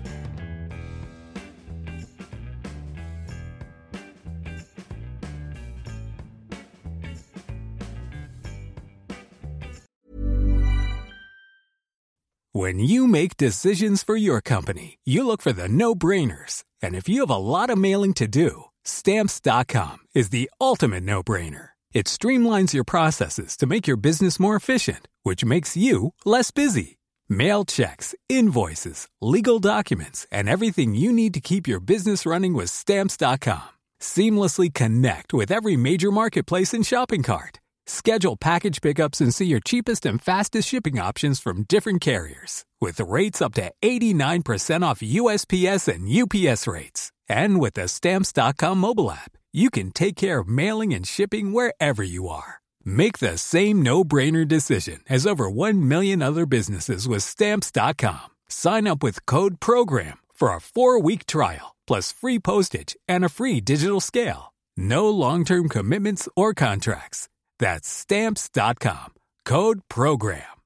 When you make decisions for your company, you look for the no-brainers. And if you have a lot of mailing to do, Stamps.com is the ultimate no-brainer. It streamlines your processes to make your business more efficient, which makes you less busy. Mail checks, invoices, legal documents, and everything you need to keep your business running with Stamps.com. Seamlessly connect with every major marketplace and shopping cart. Schedule package pickups and see your cheapest and fastest shipping options from different carriers. With rates up to 89% off USPS and UPS rates. And with the Stamps.com mobile app, you can take care of mailing and shipping wherever you are. Make the same no-brainer decision as over 1 million other businesses with Stamps.com. Sign up with code PROGRAM for a 4-week trial, plus free postage and a free digital scale. No long-term commitments or contracts. That's Stamps.com. Code PROGRAM.